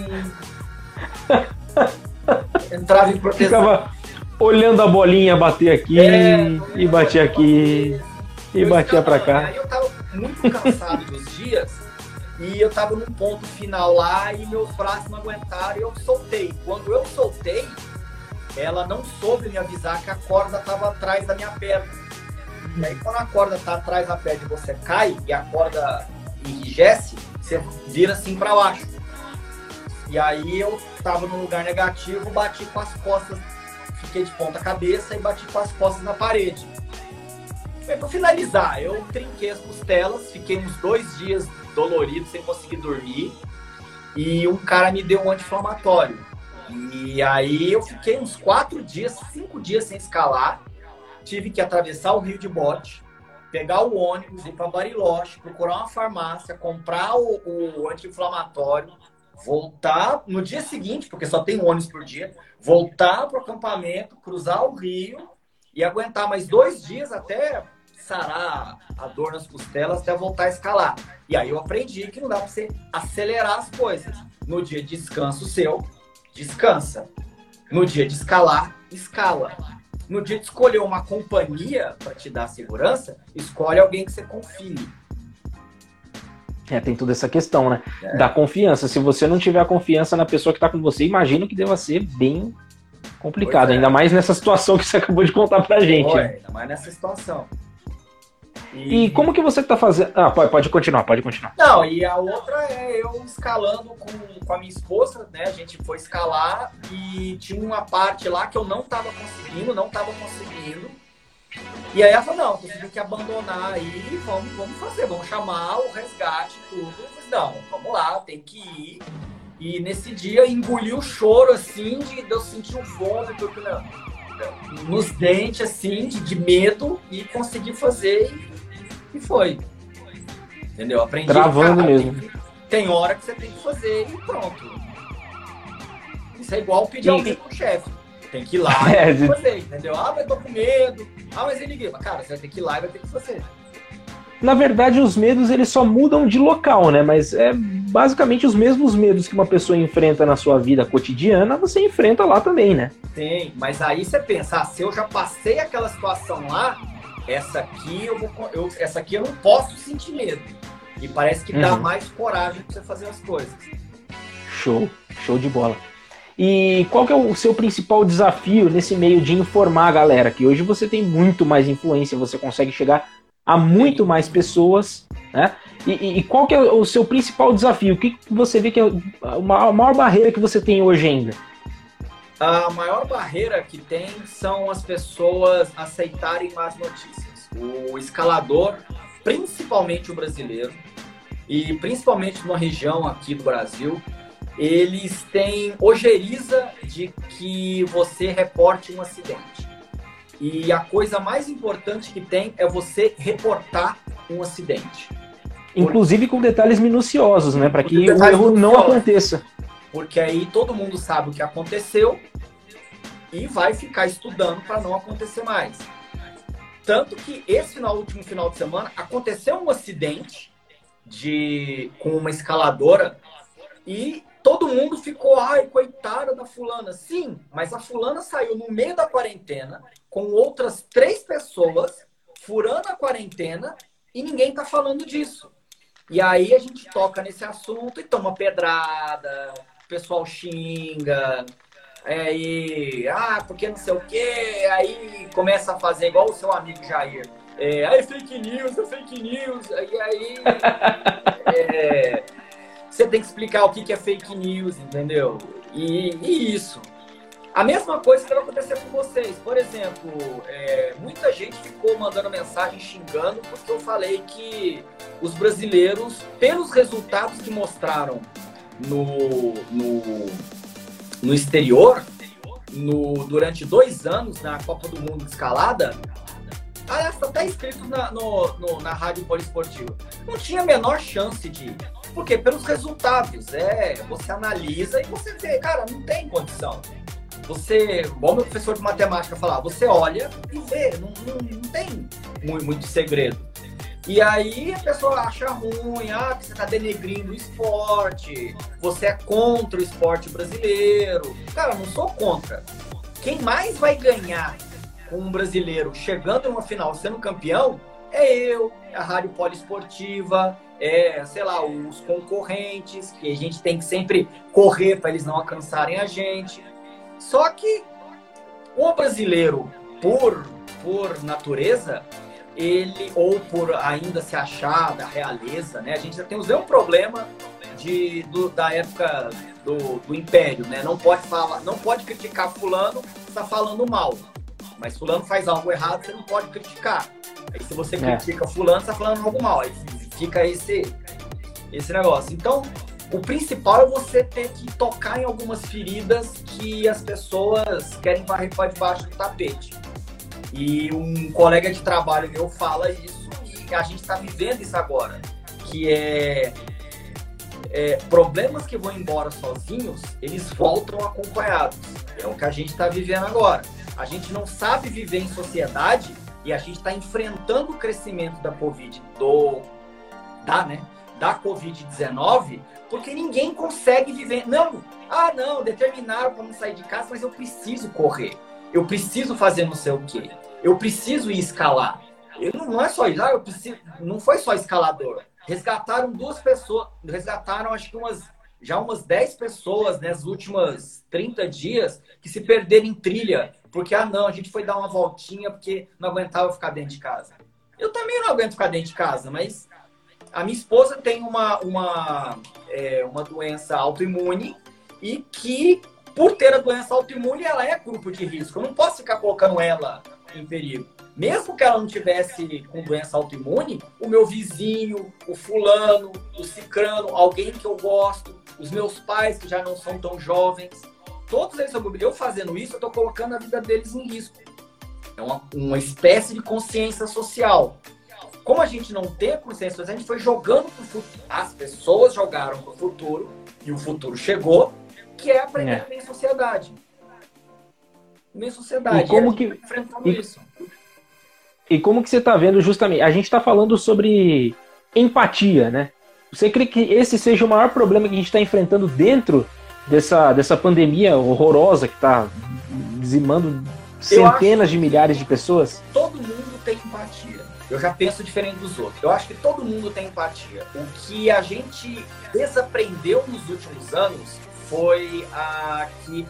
Entrava em proteção. Ficava olhando a bolinha bater aqui, e batia aqui, e batia pra cá. Aí eu tava muito cansado dos dias, e eu tava num ponto final lá, e meus braços não aguentaram, e eu soltei. Quando eu soltei, ela não soube me avisar que a corda tava atrás da minha perna. E aí quando a corda tá atrás da perna e você cai, e a corda enrijece, você vira assim pra baixo. E aí eu tava num lugar negativo, bati com as costas, fiquei de ponta cabeça e bati com as costas na parede. Pra finalizar, eu trinquei as costelas, fiquei uns 2 dias dolorido, sem conseguir dormir, e um cara me deu um anti-inflamatório. E aí eu fiquei uns 4 dias, 5 dias sem escalar, tive que atravessar o rio de bote, pegar o ônibus, ir para Bariloche, procurar uma farmácia, comprar o anti-inflamatório, voltar no dia seguinte, porque só tem um ônibus por dia, voltar para o acampamento, cruzar o rio e aguentar mais 2 dias até sarar a dor nas costelas, até voltar a escalar. E aí eu aprendi que não dá para você acelerar as coisas. No dia de descanso seu, descansa. No dia de escalar, escala. No dia de escolher uma companhia para te dar segurança, escolhe alguém que você confie. Tem toda essa questão, né? Da confiança. Se você não tiver a confiança na pessoa que tá com você, imagino que deva ser bem complicado. Ainda mais nessa situação que você acabou de contar pra gente. Ainda mais nessa situação. E como que você tá fazendo... Pode continuar. Não, e a outra é eu escalando com a minha esposa, né? A gente foi escalar e tinha uma parte lá que eu não tava conseguindo. E aí ela falou, não, você tem que abandonar aí, vamos fazer, vamos chamar o resgate e tudo. Eu falei, não, vamos lá, tem que ir. E nesse dia engoli o choro, assim, de eu sentir um vômito nos dentes, assim, de medo, e consegui fazer e foi. Entendeu? Aprendi. Travando mesmo. Tem hora que você tem que fazer e pronto. Isso é igual pedir alguém pro chefe. Tem que ir lá e fazer, entendeu? Mas tô com medo. Mas ele... Cara, você vai ter que ir lá e vai ter que fazer. Na verdade, os medos, eles só mudam de local, né? Mas é basicamente os mesmos medos que uma pessoa enfrenta na sua vida cotidiana, você enfrenta lá também, né? Tem, mas aí você pensa, se eu já passei aquela situação lá, essa aqui eu não posso sentir medo. E parece que dá mais coragem pra você fazer as coisas. Show de bola. E qual que é o seu principal desafio nesse meio de informar a galera? Que hoje você tem muito mais influência, você consegue chegar a muito mais pessoas, né? E qual que é o seu principal desafio? O que você vê que é a maior barreira que você tem hoje ainda? A maior barreira que tem são as pessoas aceitarem más notícias. O escalador, principalmente o brasileiro, e principalmente numa região aqui do Brasil, eles têm ojeriza de que você reporte um acidente. E a coisa mais importante que tem é você reportar um acidente. Inclusive com detalhes minuciosos, né? Para que o erro não aconteça. Porque aí todo mundo sabe o que aconteceu e vai ficar estudando para não acontecer mais. Tanto que último final de semana aconteceu um acidente com uma escaladora e todo mundo ficou, ai, coitada da fulana. Sim, mas a fulana saiu no meio da quarentena com outras 3 pessoas, furando a quarentena, e ninguém tá falando disso. E aí a gente toca nesse assunto e toma pedrada, o pessoal xinga, porque não sei o quê, aí começa a fazer igual o seu amigo Jair. Fake news. E aí... Você tem que explicar o que é fake news, entendeu? E isso. A mesma coisa que vai acontecer com vocês. Por exemplo, muita gente ficou mandando mensagem xingando porque eu falei que os brasileiros, pelos resultados que mostraram no exterior, durante 2 anos na Copa do Mundo de escalada, aliás, está até escrito na Rádio Poliesportiva, não tinha a menor chance de ir. Por quê? Pelos resultados. Você analisa e você vê, cara, não tem condição. Você, igual meu professor de matemática falava, você olha e vê, não tem muito segredo. E aí a pessoa acha ruim, que você está denegrindo o esporte, você é contra o esporte brasileiro. Cara, eu não sou contra. Quem mais vai ganhar com um brasileiro chegando numa final sendo campeão é eu, é a Rádio Poliesportiva, sei lá, os concorrentes, que a gente tem que sempre correr para eles não alcançarem a gente. Só que o brasileiro, por natureza, ele, ou por ainda se achar da realeza, né? A gente já tem o mesmo problema da época do Império, né? Não pode criticar fulano, está falando mal. Mas fulano faz algo errado, você não pode criticar. Aí se você critica fulano, você está falando algo mal. Aí fica esse negócio. Então, o principal é você ter que tocar em algumas feridas que as pessoas querem varrer para debaixo do tapete. E um colega de trabalho meu fala isso, e a gente está vivendo isso agora, que problemas que vão embora sozinhos, eles voltam acompanhados. É o que a gente está vivendo agora. A gente não sabe viver em sociedade e a gente está enfrentando o crescimento da da Covid-19, porque ninguém consegue viver. Não, determinaram para não sair de casa, mas eu preciso correr. Eu preciso fazer não sei o quê. Eu preciso ir escalar. Não é só isso. Não foi só escalador. Resgataram 2 pessoas. Resgataram, acho que umas 10 pessoas nas últimas 30 dias que se perderam em trilha. Porque, a gente foi dar uma voltinha porque não aguentava ficar dentro de casa. Eu também não aguento ficar dentro de casa, mas a minha esposa tem uma doença autoimune e que, por ter a doença autoimune, ela é grupo de risco. Eu não posso ficar colocando ela em perigo. Mesmo que ela não tivesse com doença autoimune, o meu vizinho, o fulano, o cicrano, alguém que eu gosto, os meus pais que já não são tão jovens, todos eles, eu fazendo isso, eu estou colocando a vida deles em risco. É uma espécie de consciência social. Como a gente não tem a consciência social, a gente foi jogando para o futuro. As pessoas jogaram para o futuro e o futuro chegou, que é aprender em sociedade. Em sociedade. E como que enfrentando isso? E como que você está vendo justamente? A gente está falando sobre empatia, né? Você crê que esse seja o maior problema que a gente está enfrentando dentro dessa pandemia horrorosa que está dizimando centenas de milhares de pessoas? Todo mundo tem empatia. Eu já penso diferente dos outros. Eu acho que todo mundo tem empatia. O que a gente desaprendeu nos últimos anos foi que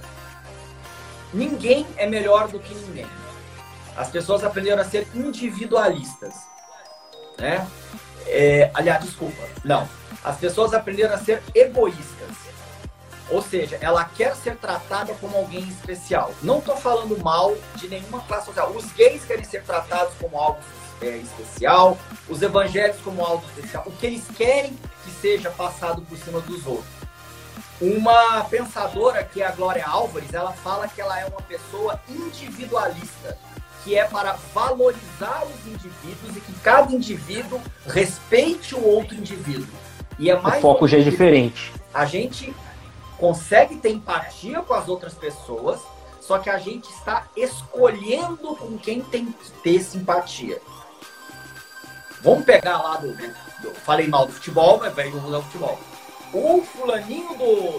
ninguém é melhor do que ninguém. As pessoas aprenderam a ser individualistas, né? Aliás, desculpa, não. As pessoas aprenderam a ser egoístas. Ou seja, ela quer ser tratada como alguém especial. Não estou falando mal de nenhuma classe social. Os gays querem ser tratados como algo especial, os evangélicos como algo especial. O que eles querem que seja passado por cima dos outros. Uma pensadora, que é a Glória Álvares, ela fala que ela é uma pessoa individualista, que é para valorizar os indivíduos e que cada indivíduo respeite o outro indivíduo. E é mais o foco já é diferente. A gente consegue ter empatia com as outras pessoas, só que a gente está escolhendo com quem tem que ter simpatia. Vamos pegar lá falei mal do futebol, mas vai usar o futebol. O fulaninho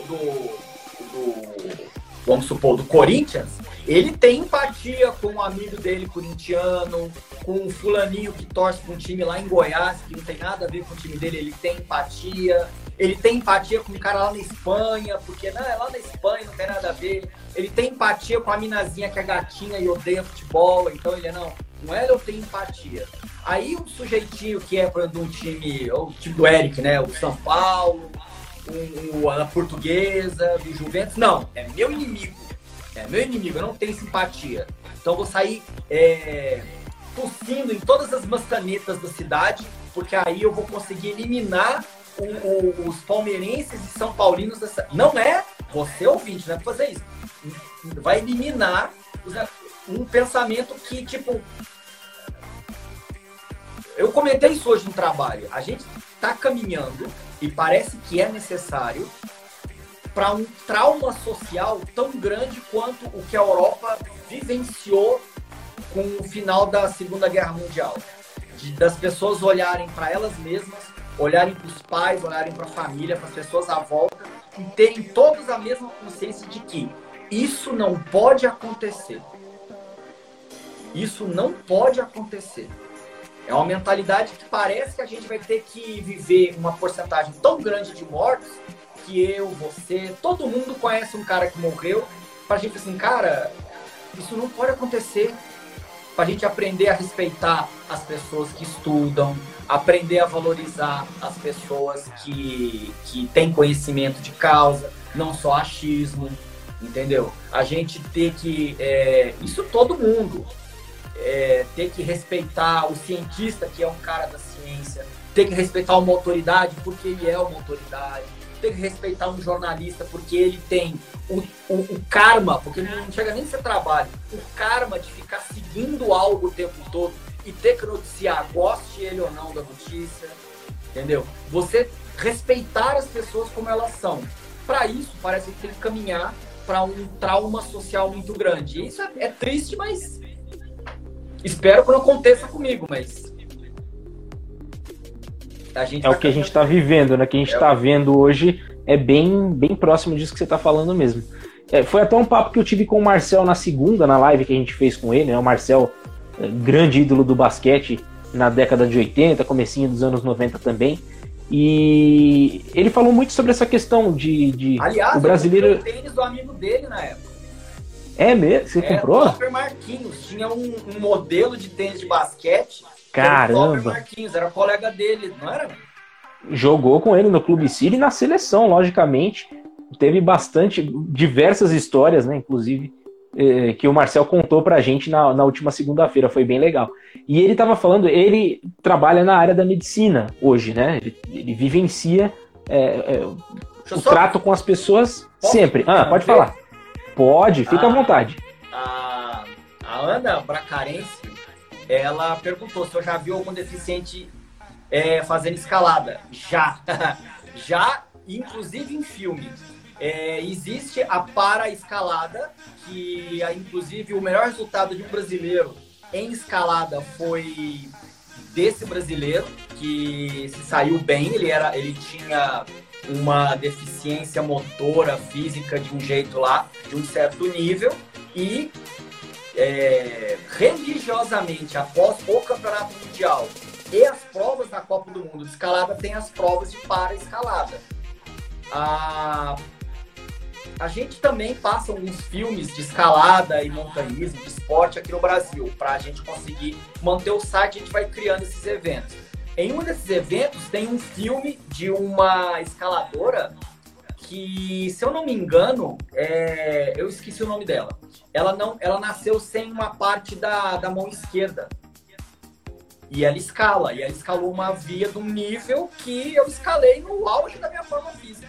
vamos supor, do Corinthians, ele tem empatia com um amigo dele corintiano, com um fulaninho que torce para um time lá em Goiás, que não tem nada a ver com o time dele, ele tem empatia. Ele tem empatia com um cara lá na Espanha, porque é lá na Espanha, não tem nada a ver. Ele tem empatia com a minazinha que é gatinha e odeia futebol, então ele com ela eu tenho empatia. Aí um sujeitinho que é de um time, o time do Eric, né, o São Paulo, a Portuguesa, do Juventus, não, é meu inimigo, eu não tenho simpatia. Então eu vou sair tossindo em todas as maçanetas da cidade, porque aí eu vou conseguir eliminar os palmeirenses e são paulinos dessa... Não é você, ouvinte, não é pra fazer isso. vai eliminar um pensamento que, tipo... Eu comentei isso hoje no trabalho. A gente está caminhando, e parece que é necessário, para um trauma social tão grande quanto o que a Europa vivenciou com o final da Segunda Guerra Mundial. Das pessoas olharem para elas mesmas, olharem para os pais, olharem para a família, para as pessoas à volta, e terem todos a mesma consciência de que isso não pode acontecer. Isso não pode acontecer. É uma mentalidade que parece que a gente vai ter que viver uma porcentagem tão grande de mortos que eu, você, todo mundo conhece um cara que morreu, pra gente assim, cara, isso não pode acontecer. Pra gente aprender a respeitar as pessoas que estudam, aprender a valorizar as pessoas que têm conhecimento de causa, não só achismo, entendeu? A gente ter que, isso todo mundo, ter que respeitar o cientista, que é um cara da ciência, ter que respeitar uma autoridade, porque ele é uma autoridade, ter que respeitar um jornalista, porque ele tem o karma, porque não chega nem a ser trabalho, o karma de ficar seguindo algo o tempo todo e ter que noticiar, goste ele ou não da notícia, entendeu? Você respeitar as pessoas como elas são. Para isso, parece que tem que caminhar para um trauma social muito grande. E isso é triste, mas... Espero que não aconteça comigo, mas... É o que a gente está vivendo, né? O que a gente está vendo hoje é bem próximo disso que você está falando mesmo. Foi até um papo que eu tive com o Marcel na segunda, na live que a gente fez com ele, né? O Marcel, grande ídolo do basquete na década de 80, comecinho dos anos 90 também. E ele falou muito sobre essa questão de aliás, o brasileiro... eu comprei o tênis do amigo dele na época. É mesmo? Você comprou? O Topper Marquinhos. Tinha um modelo de tênis de basquete. Caramba! O Topper Marquinhos, era colega dele, não era? Jogou com ele no Clube City e na seleção, logicamente. Teve diversas histórias, né? Inclusive, que o Marcel contou pra gente na última segunda-feira. Foi bem legal. E ele tava falando, ele trabalha na área da medicina hoje, né? Ele vivencia o trato com as pessoas sempre. Pode falar. Pode, fica à vontade. A Ana Bracarense, ela perguntou se eu já viu algum deficiente fazendo escalada. Já. Já, inclusive em filme. Existe a para-escalada, que inclusive o melhor resultado de um brasileiro em escalada foi desse brasileiro, que se saiu bem. Ele tinha uma deficiência motora, física, de um jeito lá, de um certo nível, e religiosamente, após o Campeonato Mundial e as provas da Copa do Mundo de escalada, tem as provas de para-escalada. A gente também passa alguns filmes de escalada e montanhismo, de esporte aqui no Brasil, para a gente conseguir manter o site. A gente vai criando esses eventos. Em um desses eventos tem um filme de uma escaladora que, se eu não me engano, eu esqueci o nome dela. Ela nasceu sem uma parte da mão esquerda. E ela escalou uma via de um nível que eu escalei no auge da minha forma física.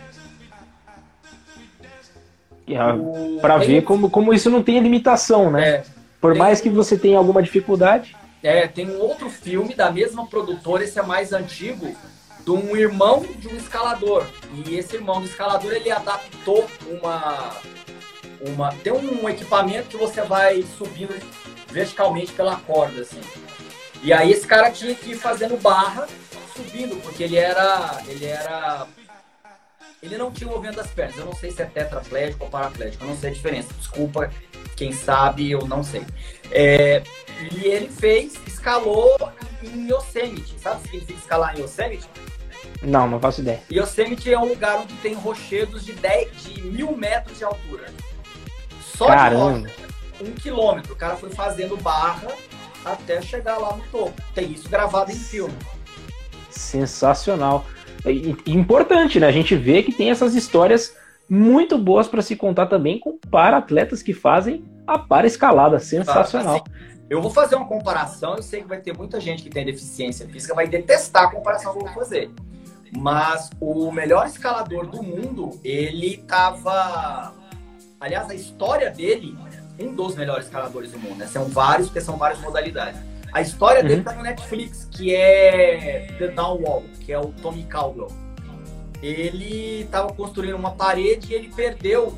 Para ver como isso não tem limitação, né? Por mais que você tenha alguma dificuldade. Tem um outro filme da mesma produtora, esse é mais antigo, de um irmão de um escalador. E esse irmão do escalador, ele adaptou tem um equipamento que você vai subindo verticalmente pela corda, assim. E aí esse cara tinha que ir fazendo barra, subindo, porque ele não tinha movimento das pernas. Eu não sei se é tetraplégico ou paraplégico, eu não sei a diferença. Desculpa, quem sabe, eu não sei. E ele escalou em Yosemite. Sabe o que significa escalar em Yosemite? Não faço ideia. Yosemite é um lugar onde tem rochedos de 1.000 metros de altura. Só Caramba. de rocha, 1 quilômetro. O cara foi fazendo barra até chegar lá no topo. Tem isso gravado em filme. Sensacional. Importante, né? A gente vê que tem essas histórias muito boas para se contar também para atletas que fazem a para-escalada. Sensacional. Assim, eu vou fazer uma comparação. Eu sei que vai ter muita gente que tem deficiência física, vai detestar a comparação que eu vou fazer. Mas o melhor escalador do mundo, ele estava Aliás, a história dele, um dos melhores escaladores do mundo, né? São vários, porque são várias modalidades. A história dele tá no Netflix, que é The Downwall, que é o Tommy Caldwell. Ele estava construindo uma parede e ele perdeu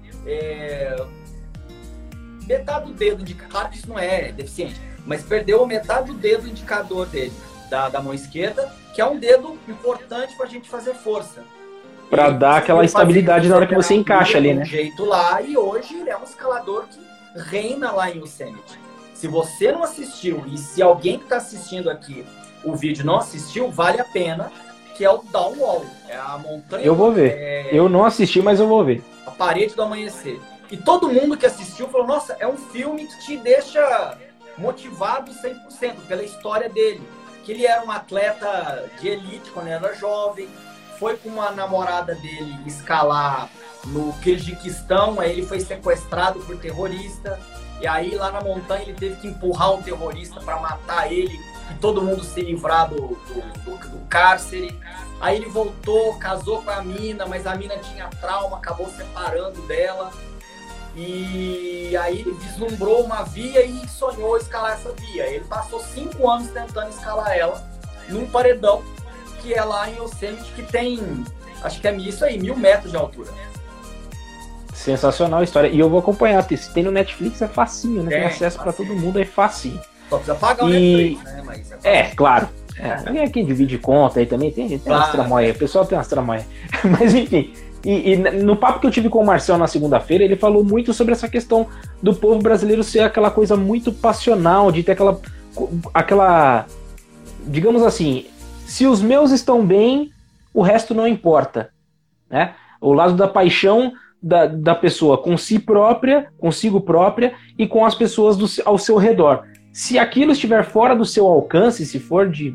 metade do dedo indicador. Claro que isso não é deficiente, mas perdeu metade do dedo indicador dele, da mão esquerda, que é um dedo importante para a gente fazer força. Para dar aquela estabilidade na hora que você encaixa ali, né? Um jeito lá, e hoje ele é um escalador que reina lá em Yosemite. Se você não assistiu, e se alguém que está assistindo aqui o vídeo não assistiu, vale a pena, que é o Downwall. É a montanha... Eu vou ver. Eu não assisti, mas eu vou ver. A Parede do Amanhecer. E todo mundo que assistiu falou, nossa, é um filme que te deixa motivado 100% pela história dele. Que ele era um atleta de elite quando era jovem, foi com uma namorada dele escalar no Quirguistão, aí ele foi sequestrado por terrorista, e aí lá na montanha ele teve que empurrar um terrorista para matar ele, e todo mundo se livrar do cárcere. Aí ele voltou, casou com a mina, mas a mina tinha trauma, acabou separando dela. E aí ele vislumbrou uma via e sonhou escalar essa via. Ele passou 5 anos tentando escalar ela num paredão que é lá em Yosemite, que tem, acho que é isso aí, 1.000 metros de altura. Sensacional a história. E eu vou acompanhar. Se tem no Netflix é facinho, né? Tem acesso para todo mundo, é facinho. Só precisa pagar o Netflix, né? Mas claro. Tem quem divide conta aí também, tem umas tramóias. O pessoal tem umas tramóias. Mas enfim... E no papo que eu tive com o Marcel na segunda-feira, ele falou muito sobre essa questão do povo brasileiro ser aquela coisa muito passional, de ter aquela, digamos assim, se os meus estão bem, o resto não importa, né? O lado da paixão da pessoa com si própria, consigo própria e com as pessoas ao seu redor. Se aquilo estiver fora do seu alcance, se for de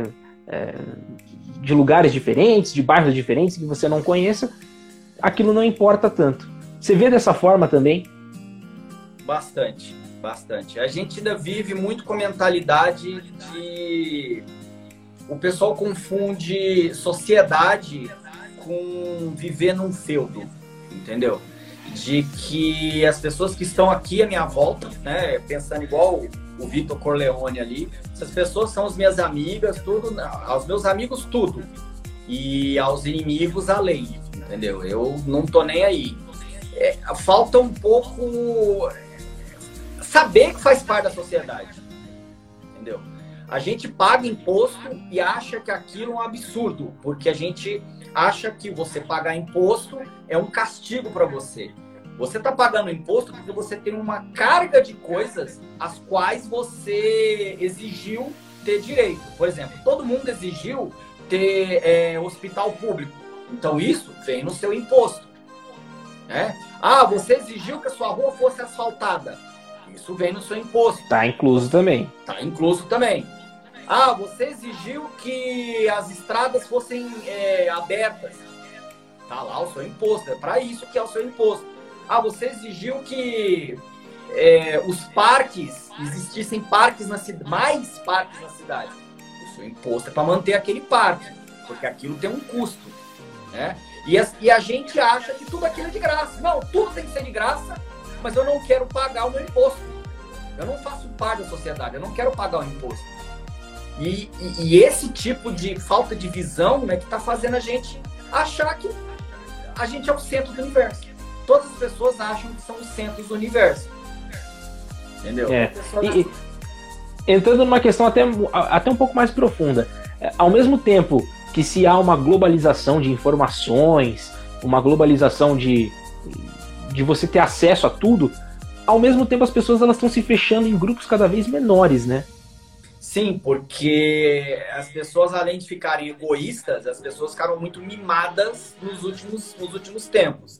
lugares diferentes, de bairros diferentes que você não conheça, aquilo não importa tanto. Você vê dessa forma também? Bastante, bastante. A gente ainda vive muito com a mentalidade de... O pessoal confunde sociedade com viver num feudo, entendeu? De que as pessoas que estão aqui à minha volta, né, pensando igual o Vitor Corleone ali, essas pessoas são as minhas amigas, tudo, aos meus amigos tudo, e aos inimigos a lei, entendeu? Eu não tô nem aí. Falta um pouco saber que faz parte da sociedade, entendeu? A gente paga imposto e acha que aquilo é um absurdo, porque a gente acha que você pagar imposto é um castigo para você. Você está pagando imposto porque você tem uma carga de coisas às quais você exigiu ter direito. Por exemplo, todo mundo exigiu ter hospital público. Então isso vem no seu imposto, né? Ah, você exigiu que a sua rua fosse asfaltada. Isso vem no seu imposto. Tá incluso também. Tá incluso também. Ah, você exigiu que as estradas fossem abertas. Tá lá o seu imposto. É para isso que é o seu imposto. Ah, você exigiu que os parques, existissem parques mais parques na cidade. O seu imposto é para manter aquele parque, porque aquilo tem um custo, né? E a gente acha que tudo aquilo é de graça. Não, tudo tem que ser de graça, mas eu não quero pagar o meu imposto. Eu não faço parte da sociedade, eu não quero pagar o imposto. E esse tipo de falta de visão, né, que está fazendo a gente achar que a gente é o centro do universo. Todas as pessoas acham que são os centros do universo. Entendeu? E entrando numa questão até um pouco mais profunda, ao mesmo tempo que se há uma globalização de informações, uma globalização de você ter acesso a tudo, ao mesmo tempo as pessoas elas estão se fechando em grupos cada vez menores, né? Sim, porque as pessoas, além de ficarem egoístas, as pessoas ficaram muito mimadas nos últimos tempos.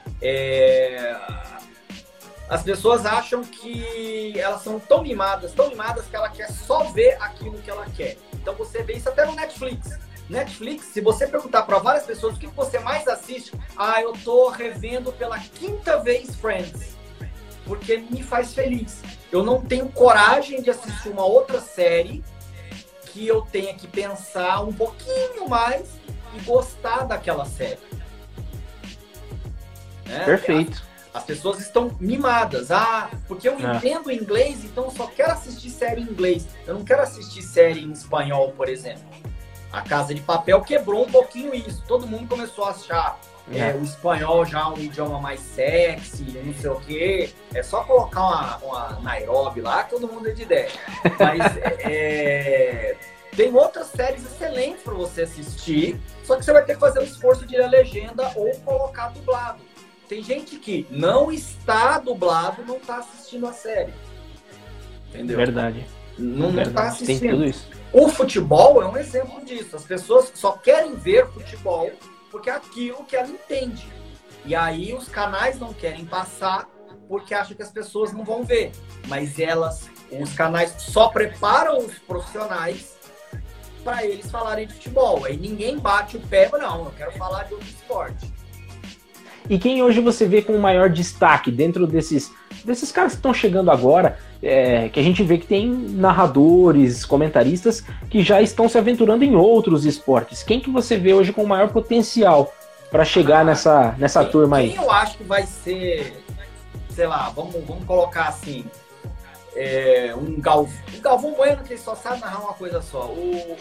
As pessoas acham que elas são tão mimadas que ela quer só ver aquilo que ela quer. Então você vê isso até no Netflix. Netflix, se você perguntar para várias pessoas o que você mais assiste, eu tô revendo pela 5ª vez Friends, porque me faz feliz. Eu não tenho coragem de assistir uma outra série que eu tenha que pensar um pouquinho mais e gostar daquela série. Né? Perfeito. As pessoas estão mimadas. Porque eu entendo inglês, então eu só quero assistir série em inglês. Eu não quero assistir série em espanhol, por exemplo. A Casa de Papel quebrou um pouquinho isso. Todo mundo começou a achar o espanhol já um idioma mais sexy, não sei o quê. É só colocar uma Nairobi lá, todo mundo é de ideia. Mas tem outras séries excelentes para você assistir, só que você vai ter que fazer um esforço de ler a legenda ou colocar dublado. Tem gente que não está dublado, não está assistindo a série. Entendeu? Verdade. Não está assistindo. Tem tudo isso. O futebol é um exemplo disso. As pessoas só querem ver futebol porque é aquilo que ela entende. E aí os canais não querem passar porque acham que as pessoas não vão ver. Mas os canais só preparam os profissionais para eles falarem de futebol. Aí ninguém bate o pé, não, eu quero falar de outro esporte. E quem hoje você vê com o maior destaque dentro desses caras que estão chegando agora, que a gente vê que tem narradores, comentaristas que já estão se aventurando em outros esportes. Quem que você vê hoje com o maior potencial para chegar nessa turma aí? Quem eu acho que vai ser, sei lá, vamos colocar assim, um Galvão Bueno, que ele só sabe narrar uma coisa só.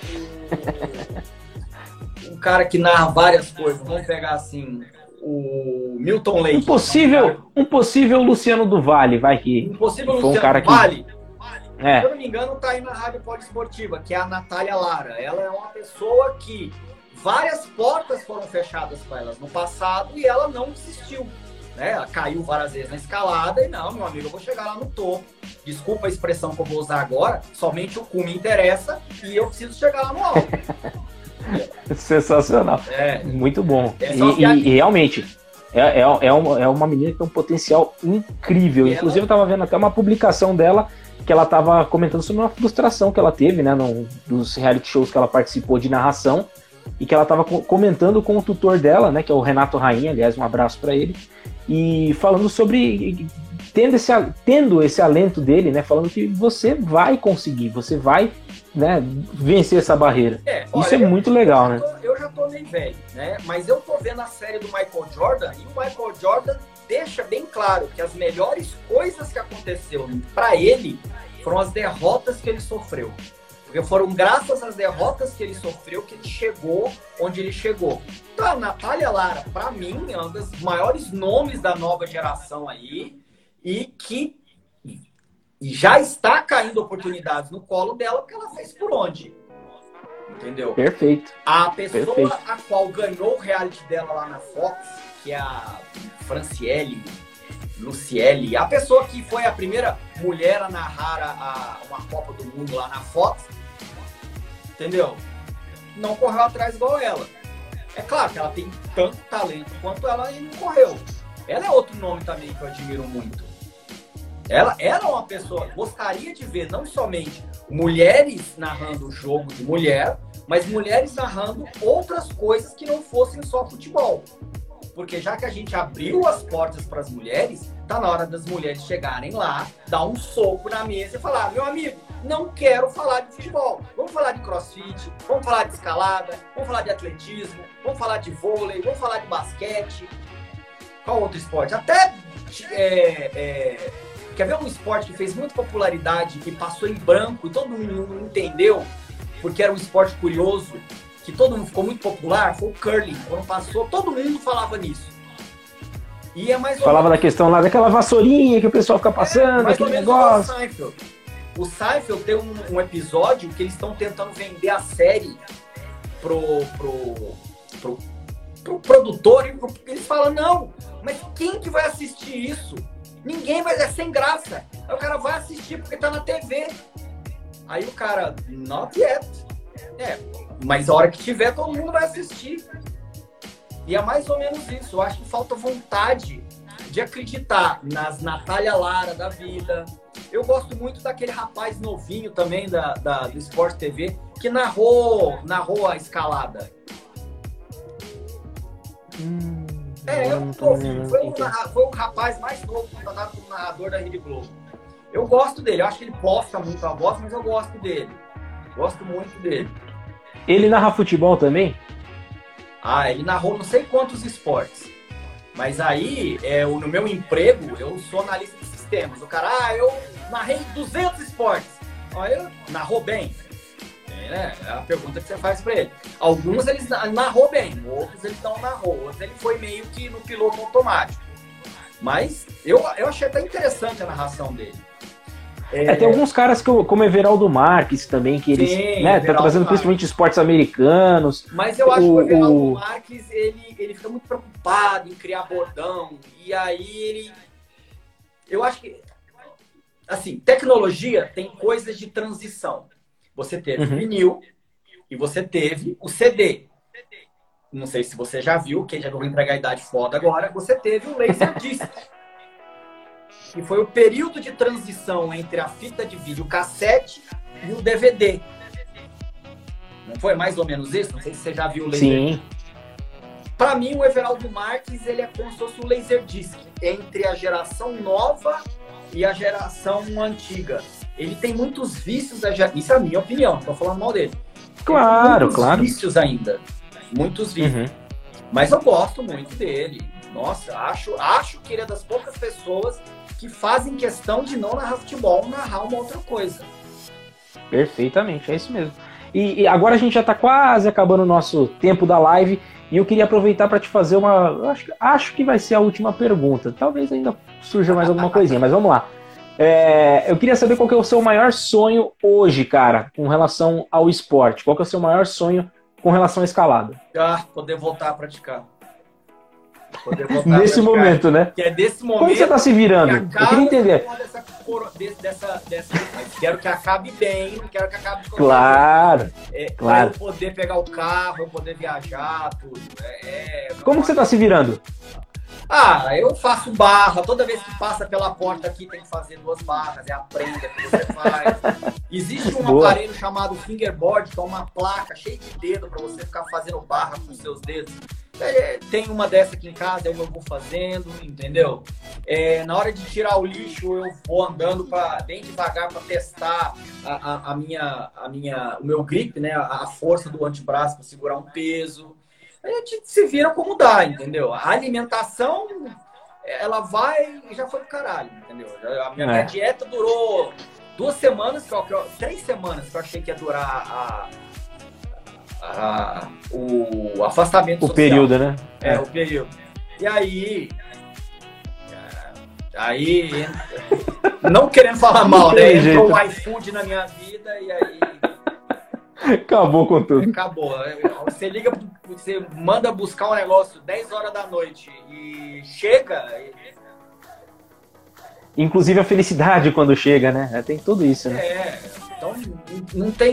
Um cara que narra várias coisas, vamos pegar assim... O Milton Leite. Um possível Luciano do Vale, vai que. Um possível foi Luciano um cara do Vale. Se eu não me engano, tá aí na Rádio Poliesportiva, que é a Natália Lara. Ela é uma pessoa que várias portas foram fechadas para ela no passado e ela não desistiu. Né? Ela caiu várias vezes na escalada e não, meu amigo, eu vou chegar lá no topo. Desculpa a expressão que eu vou usar agora, somente o cu me interessa e eu preciso chegar lá no alto. Sensacional. Muito bom. E realmente, é uma menina que tem um potencial incrível. Inclusive, eu estava vendo até uma publicação dela que ela estava comentando sobre uma frustração que ela teve, né, dos reality shows que ela participou de narração, e que ela estava comentando com o tutor dela, né, que é o Renato Rainha, aliás, um abraço para ele, e falando sobre... Tendo esse alento dele, né, falando que você vai conseguir, você vai, né, vencer essa barreira. Olha, isso é muito legal, né? Eu já tô meio velho, né? Mas eu tô vendo a série do Michael Jordan e o Michael Jordan deixa bem claro que as melhores coisas que aconteceram para ele foram as derrotas que ele sofreu. Porque foram graças às derrotas que ele sofreu que ele chegou onde ele chegou. Então a Natália Lara, para mim, é um dos maiores nomes da nova geração aí e que já está caindo oportunidades no colo dela porque ela fez por onde? Entendeu? Perfeito. A pessoa a qual ganhou o reality dela lá na Fox, que é a Franciele Luciele, a pessoa que foi a primeira mulher a narrar uma Copa do Mundo lá na Fox, entendeu? Não correu atrás igual ela. É claro que ela tem tanto talento quanto ela e não correu. Ela é outro nome também que eu admiro muito. Ela é uma pessoa, gostaria de ver não somente mulheres narrando o jogo de mulher, mas mulheres narrando outras coisas que não fossem só futebol. Porque já que a gente abriu as portas para as mulheres, tá na hora das mulheres chegarem lá, dar um soco na mesa e falar: meu amigo, não quero falar de futebol. Vamos falar de crossfit, vamos falar de escalada, vamos falar de atletismo, vamos falar de vôlei, vamos falar de basquete. Qual outro esporte? Até... Quer ver um esporte que fez muita popularidade, que passou em branco e todo mundo entendeu, porque era um esporte curioso, que todo mundo ficou muito popular? Foi o curling. Quando passou, todo mundo falava nisso. E é mais falava da questão lá daquela vassourinha que o pessoal fica passando, aquele negócio. O Seinfeld tem um episódio que eles estão tentando vender a série pro produtor, e eles falam: não, mas quem que vai assistir isso? Ninguém vai, é sem graça. Aí o cara vai assistir porque tá na TV. Aí o cara, not yet. Mas a hora que tiver, todo mundo vai assistir. E é mais ou menos isso. Eu acho que falta vontade de acreditar nas Natália Lara da vida. Eu gosto muito daquele rapaz novinho também do Sport TV que narrou a escalada. Eu não tô ouvindo. Foi o rapaz mais novo contratado como narrador da Rede Globo. Eu gosto dele. Eu acho que ele posta muito a voz, mas eu gosto dele. Gosto muito dele. Ele narra futebol também? Ele narrou não sei quantos esportes. Mas aí, no meu emprego, eu sou analista de sistemas. O cara, eu narrei 200 esportes. Aí eu narrou bem. É a pergunta que você faz pra ele. Alguns ele narrou bem, outros ele não narrou. Outros ele foi meio que no piloto automático. Mas eu achei até interessante a narração dele. Tem alguns caras como Everaldo Marques também, que eles tá trazendo principalmente esportes americanos. Mas eu acho que o Everaldo Marques, ele fica muito preocupado em criar bordão. E aí eu acho que, assim, tecnologia tem coisas de transição. Você teve o vinil e você teve o CD. Não sei se você já viu, quem já vou entregar a idade foda agora, você teve o Laserdisc. Que foi o período de transição entre a fita de vídeo cassete e o DVD. Não foi mais ou menos isso? Não sei se você já viu o Laserdisc. Sim. Para mim, o Everaldo Marques, ele é como se fosse o Laserdisc entre a geração nova e a geração antiga. Ele tem muitos vícios, isso é a minha opinião, não tô falando mal dele. Claro. Vícios ainda. Muitos vícios. Mas eu gosto muito dele. Nossa, acho que ele é das poucas pessoas que fazem questão de não narrar futebol, narrar uma outra coisa. Perfeitamente, é isso mesmo. E agora a gente já está quase acabando o nosso tempo da live e eu queria aproveitar para te fazer acho que vai ser a última pergunta. Talvez ainda surja mais alguma coisinha, mas vamos lá. Eu queria saber qual que é o seu maior sonho hoje, cara, com relação ao esporte. Qual que é o seu maior sonho com relação à escalada? Poder voltar a praticar. Nesse momento, né? Que é desse momento. Como você está se virando? Eu queria entender. Mas quero que acabe bem, não quero que acabe de Claro. Pra eu poder pegar o carro, eu poder viajar, tudo. Como que você está se virando? Eu faço barra. Toda vez que passa pela porta aqui tem que fazer 2 barras. É a prenda que você faz. Existe um aparelho chamado fingerboard, que é uma placa cheia de dedo para você ficar fazendo barra com os seus dedos. Tem uma dessa aqui em casa, eu vou fazendo, entendeu? Na hora de tirar o lixo, eu vou andando bem devagar para testar o meu grip, né? A força do antebraço para segurar um peso. A gente se vira como dá, entendeu? A alimentação, ela vai e já foi pro caralho, entendeu? A minha dieta durou 2 semanas, 3 semanas que eu achei que ia durar o afastamento social. O período, né? O período. E aí, não querendo falar mal, né? Entrou o iFood na minha vida e aí... Acabou com tudo. Acabou. Você manda buscar um negócio 10 horas da noite e chega... Inclusive a felicidade quando chega, né? Tem tudo isso, né? Então não tem...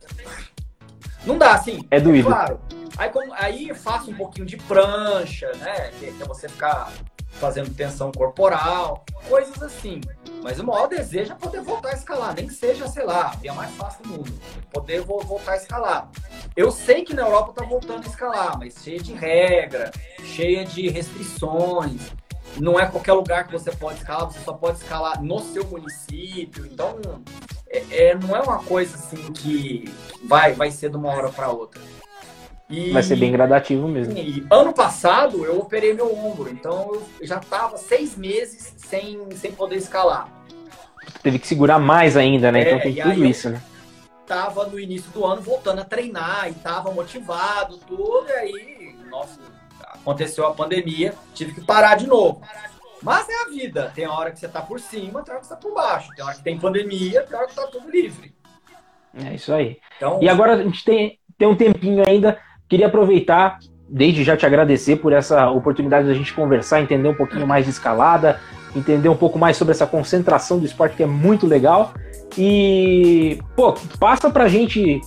Não dá, assim. É doído. Claro. Aí faço um pouquinho de prancha, né? Que é você ficar fazendo tensão corporal, coisas assim. Mas o maior desejo é poder voltar a escalar. Nem que seja, sei lá, a mais fácil do mundo. Poder voltar a escalar. Eu sei que na Europa tá voltando a escalar, mas cheia de regra, cheia de restrições. Não é qualquer lugar que você pode escalar, você só pode escalar no seu município. Então, não é uma coisa assim que vai ser de uma hora para outra. Vai ser bem gradativo mesmo. E ano passado eu operei meu ombro, então eu já estava 6 meses sem poder escalar. Teve que segurar mais ainda, né? Então tem tudo isso, né? Tava no início do ano voltando a treinar e tava motivado, tudo, e aí, nossa, aconteceu a pandemia, tive que parar de novo. Mas é a vida, tem hora que você tá por cima, tem hora que você tá por baixo, tem hora que tem pandemia, tem hora que tá tudo livre. É isso aí. Então, e agora a gente tem um tempinho ainda, queria aproveitar, desde já te agradecer por essa oportunidade da gente conversar, entender um pouquinho mais de escalada, entender um pouco mais sobre essa concentração do esporte, que é muito legal. E, passa pra gente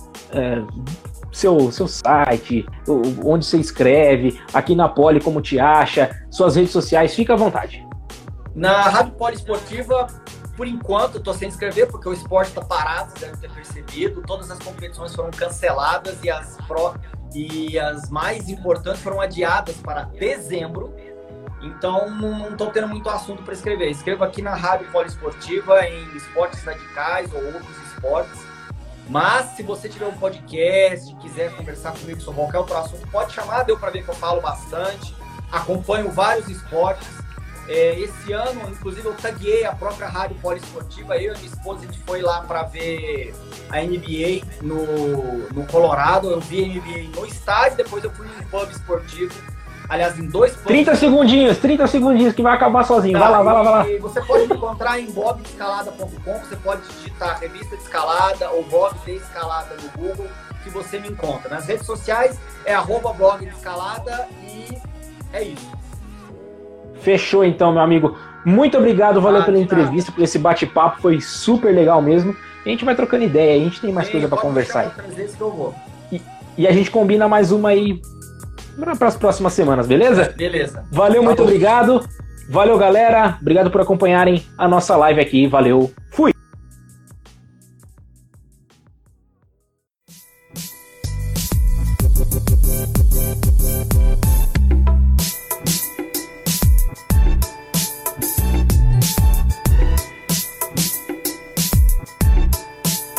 seu site, onde você escreve, aqui na Poli, como te acha, suas redes sociais, fica à vontade. Na Rádio Poliesportiva, por enquanto, eu tô sem inscrever, porque o esporte tá parado, você deve ter percebido, todas as competições foram canceladas e as mais importantes foram adiadas para dezembro. Então, não estou tendo muito assunto para escrever. Escrevo aqui na Rádio Poliesportiva em esportes radicais ou outros esportes. Mas, se você tiver um podcast, quiser conversar comigo sobre qualquer outro assunto, pode chamar. Deu para ver que eu falo bastante. acompanho vários esportes. Esse ano, inclusive, eu taguei a própria Rádio Poliesportiva. Eu e minha esposa, a gente foi lá para ver a NBA no Colorado. Eu vi a NBA no estádio, depois eu fui num pub esportivo. Aliás, em 2 pubs. 30 segundinhos que vai acabar sozinho. Tá, vai lá. E você pode me encontrar em bobdeescalada.com. Você pode digitar Revista de Escalada ou Bob de Escalada no Google, que você me encontra. Nas redes sociais é @blog de escalada e é isso. Fechou então, meu amigo. Muito obrigado, valeu pela entrevista, por esse bate-papo, foi super legal mesmo. A gente vai trocando ideia, a gente tem mais coisa para conversar aí. E a gente combina mais uma aí para as próximas semanas, beleza? Beleza. Valeu, muito obrigado. Valeu, galera. Obrigado por acompanharem a nossa live aqui. Valeu. Fui.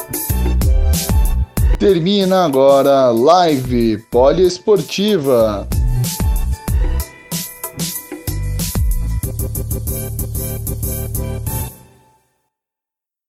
Termina agora Live Poliesportiva.